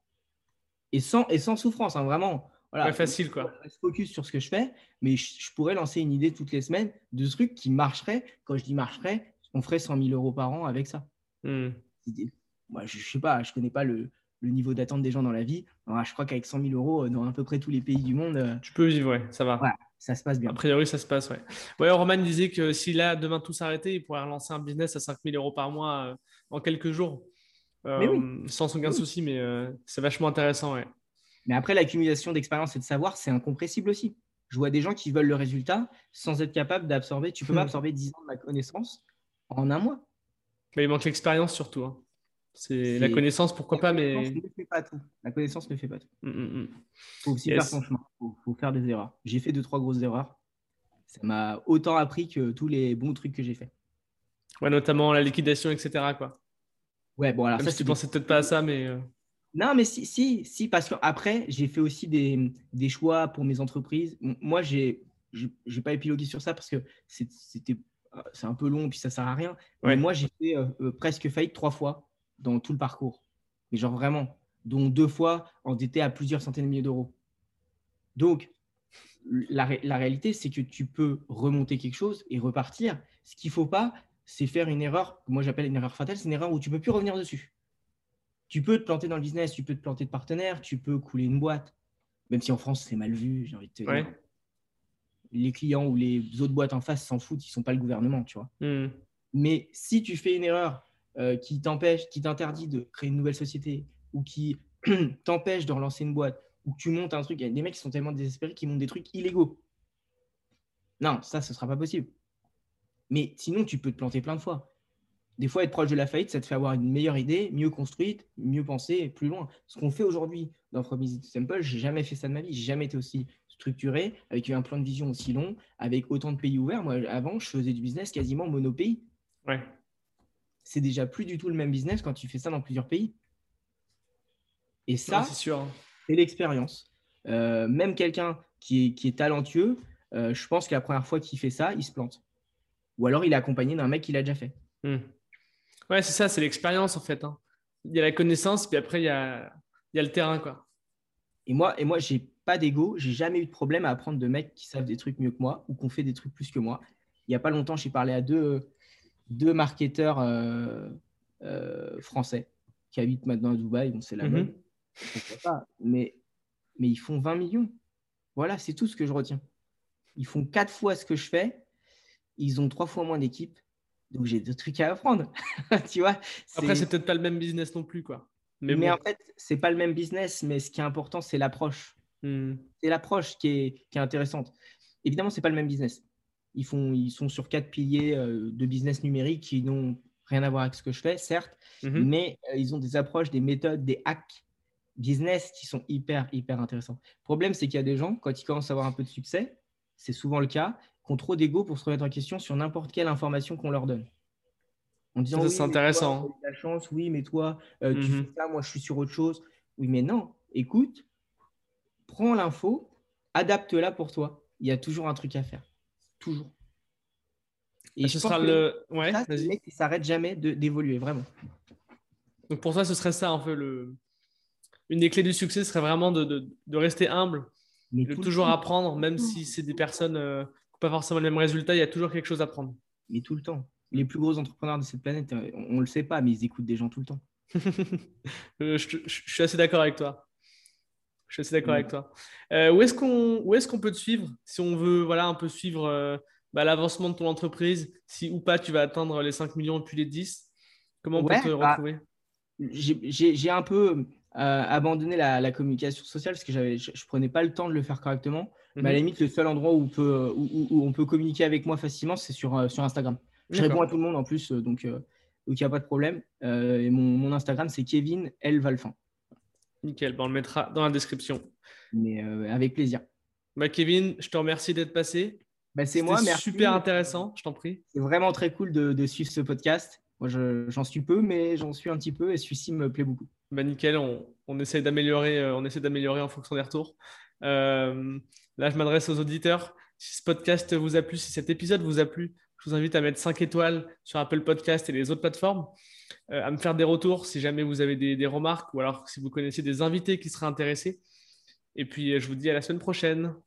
Et sans, et sans souffrance, hein, vraiment. Ouais, Voilà, facile, je quoi. reste focus sur ce que je fais, mais je, je pourrais lancer une idée toutes les semaines de trucs qui marcheraient. Quand je dis marcherait, on ferait cent mille euros par an avec ça. Mm. Moi, je ne sais pas, je ne connais pas le, le niveau d'attente des gens dans la vie. Alors, je crois qu'avec cent mille euros, euh, dans à peu près tous les pays du monde, euh, Tu peux vivre, ouais, ça va. voilà, ça se passe A bien. priori, ça se passe, ouais. Ouais, Roman disait que si là, demain, tout s'arrêtait, il pourrait relancer un business à cinq mille euros par mois euh, en quelques jours, Mais oui, euh, sans aucun oui. souci, mais euh, c'est vachement intéressant, ouais. Mais après, l'accumulation d'expérience et de savoir, c'est incompressible aussi. Je vois des gens qui veulent le résultat sans être capable d'absorber. Tu ne peux pas absorber dix ans de ma connaissance en un mois. Mais il manque l'expérience surtout. Hein. C'est la C'est connaissance, pourquoi La pas, connaissance mais. ne fait pas tout. La connaissance ne fait pas tout. Mm, mm, mm. Il faut aussi faire son Yes. chemin. Il faut, faut faire des erreurs. J'ai fait deux, trois grosses erreurs. Ça m'a autant appris que tous les bons trucs que j'ai fait. Ouais, notamment la liquidation, et cetera, quoi. Ouais, bon, alors Même ça, si tu c'est des. pensais peut-être pas à ça, mais. euh, Non, mais si, si, si, parce qu'après, j'ai fait aussi des, des choix pour mes entreprises. M- Moi, j'ai n'ai pas épilogué sur ça parce que c'est- c'était c'est un peu long puis ça sert à rien. Mais Ouais. moi, j'ai fait euh, euh, presque faillite trois fois dans tout le parcours. Mais genre vraiment, dont deux fois endetté à plusieurs centaines de milliers d'euros. Donc, la, ré- la réalité, c'est que tu peux remonter quelque chose et repartir. Ce qu'il ne faut pas, c'est faire une erreur, que moi j'appelle une erreur fatale, c'est une erreur où tu ne peux plus revenir dessus. Tu peux te planter dans le business, tu peux te planter de partenaire, tu peux couler une boîte. Même si en France, c'est mal vu, j'ai envie de te Ouais. dire. Les clients ou les autres boîtes en face s'en foutent, ils ne sont pas le gouvernement, tu vois. Mm. Mais si tu fais une erreur euh, qui t'empêche, qui t'interdit de créer une nouvelle société ou qui t'empêche de relancer une boîte ou que tu montes un truc, il y a des mecs qui sont tellement désespérés qu'ils montent des trucs illégaux. Non, ça, ce ne sera pas possible. Mais sinon, tu peux te planter plein de fois. Des fois, être proche de la faillite, ça te fait avoir une meilleure idée, mieux construite, mieux pensée, plus loin. Ce qu'on fait aujourd'hui dans From Easy to Simple, j'ai jamais fait ça de ma vie. J'ai jamais été aussi structuré, avec un plan de vision aussi long, avec autant de pays ouverts. Moi, avant, je faisais du business quasiment monopays. Ouais. C'est déjà plus du tout le même business quand tu fais ça dans plusieurs pays. Et Ouais, c'est ça, sûr. Hein. c'est l'expérience. Euh, même quelqu'un qui est, qui est talentueux, euh, je pense que la première fois qu'il fait ça, il se plante. Ou alors, il est accompagné d'un mec qui l'a déjà fait. Mm. Ouais, c'est ça, c'est l'expérience en fait. Hein. Il y a la connaissance, puis après, il y a, il y a le terrain, quoi. Et moi, et moi, j'ai pas d'ego, j'ai jamais eu de problème à apprendre de mecs qui savent des trucs mieux que moi ou qui ont fait des trucs plus que moi. Il n'y a pas longtemps, j'ai parlé à deux, deux marketeurs euh, euh, français qui habitent maintenant à Dubaï. Bon, c'est la mode, Mhm. pourquoi pas. Mais, mais ils font vingt millions. Voilà, c'est tout ce que je retiens. Ils font quatre fois ce que je fais. Ils ont trois fois moins d'équipe. Donc, j'ai deux trucs à apprendre. Tu vois, Après, c'est... c'est peut-être pas le même business non plus, quoi. Mais Mais en bon. fait, c'est pas le même business. Mais ce qui est important, c'est l'approche. Mm. C'est l'approche qui est, qui est intéressante. Évidemment, ce n'est pas le même business. Ils, font, ils sont sur quatre piliers euh, de business numérique qui n'ont rien à voir avec ce que je fais, certes, Mhm. mais euh, ils ont des approches, des méthodes, des hacks business qui sont hyper, hyper intéressants. Le problème, c'est qu'il y a des gens, quand ils commencent à avoir un peu de succès, c'est souvent le cas, qui ont trop d'ego pour se remettre en question sur n'importe quelle information qu'on leur donne. En disant Ça, oui, c'est mais toi, tu as intéressant. eu de la chance, oui, mais toi, euh, Hein. tu fais Mhm. ça, moi, je suis sur autre chose. Oui, mais non, écoute, prends l'info, adapte-la pour toi. Il y a toujours un truc à faire. Toujours. Et Ah, je ce pense sera que les mecs le. qui font Ouais, ça, c'est les vas-y. mecs qui ne s'arrêtent jamais de- d'évoluer, vraiment. Donc pour toi, ce serait ça un peu le, une des clés du succès serait vraiment de, de, de rester humble, Mais de tout le toujours temps, apprendre, même si c'est des personnes euh, qui n'ont pas forcément le même résultat, il y a toujours quelque chose à apprendre. mais tout le temps. Les plus gros entrepreneurs de cette planète, euh, on ne le sait pas, mais ils écoutent des gens tout le temps. je, je, je suis assez d'accord avec toi. Je suis assez d'accord Ouais. avec toi. Euh, où est-ce qu'on où est-ce qu'on peut te suivre si on veut voilà, un peu suivre euh, bah, l'avancement de ton entreprise, si ou pas tu vas atteindre les cinq millions et puis les dix, comment on peut Ouais, te bah, retrouver? j'ai j'ai- j'ai un peu euh, abandonné la, la communication sociale parce que j'avais, je, je prenais pas le temps de le faire correctement. Mais à la Mhm. limite, le seul endroit où on peut, où, où- où on peut communiquer avec moi facilement, c'est sur, euh, sur Instagram. Je réponds à D'accord. tout le monde en plus, euh, donc euh, donc il n'y a pas de problème. Euh, et mon, mon Instagram, c'est Kevin L. Valfin. Nickel. Bon, on le mettra dans la description. Mais euh, avec plaisir. Bah, Kevin, je te remercie d'être passé. Bah, c'est C'était moi, super merci. intéressant, je t'en prie. C'est vraiment très cool de, de suivre ce podcast. Moi, je- j'en suis peu, mais j'en suis un petit peu et celui-ci me plaît beaucoup. Bah, nickel, on, on essaie d'améliorer, euh, on essaie d'améliorer en fonction des retours. Euh, là, je m'adresse aux auditeurs. Si ce podcast vous a plu, si cet épisode vous a plu, je vous invite à mettre cinq étoiles sur Apple Podcast et les autres plateformes, euh, à me faire des retours si jamais vous avez des, des remarques ou alors si vous connaissez des invités qui seraient intéressés. Et puis, euh, je vous dis à la semaine prochaine.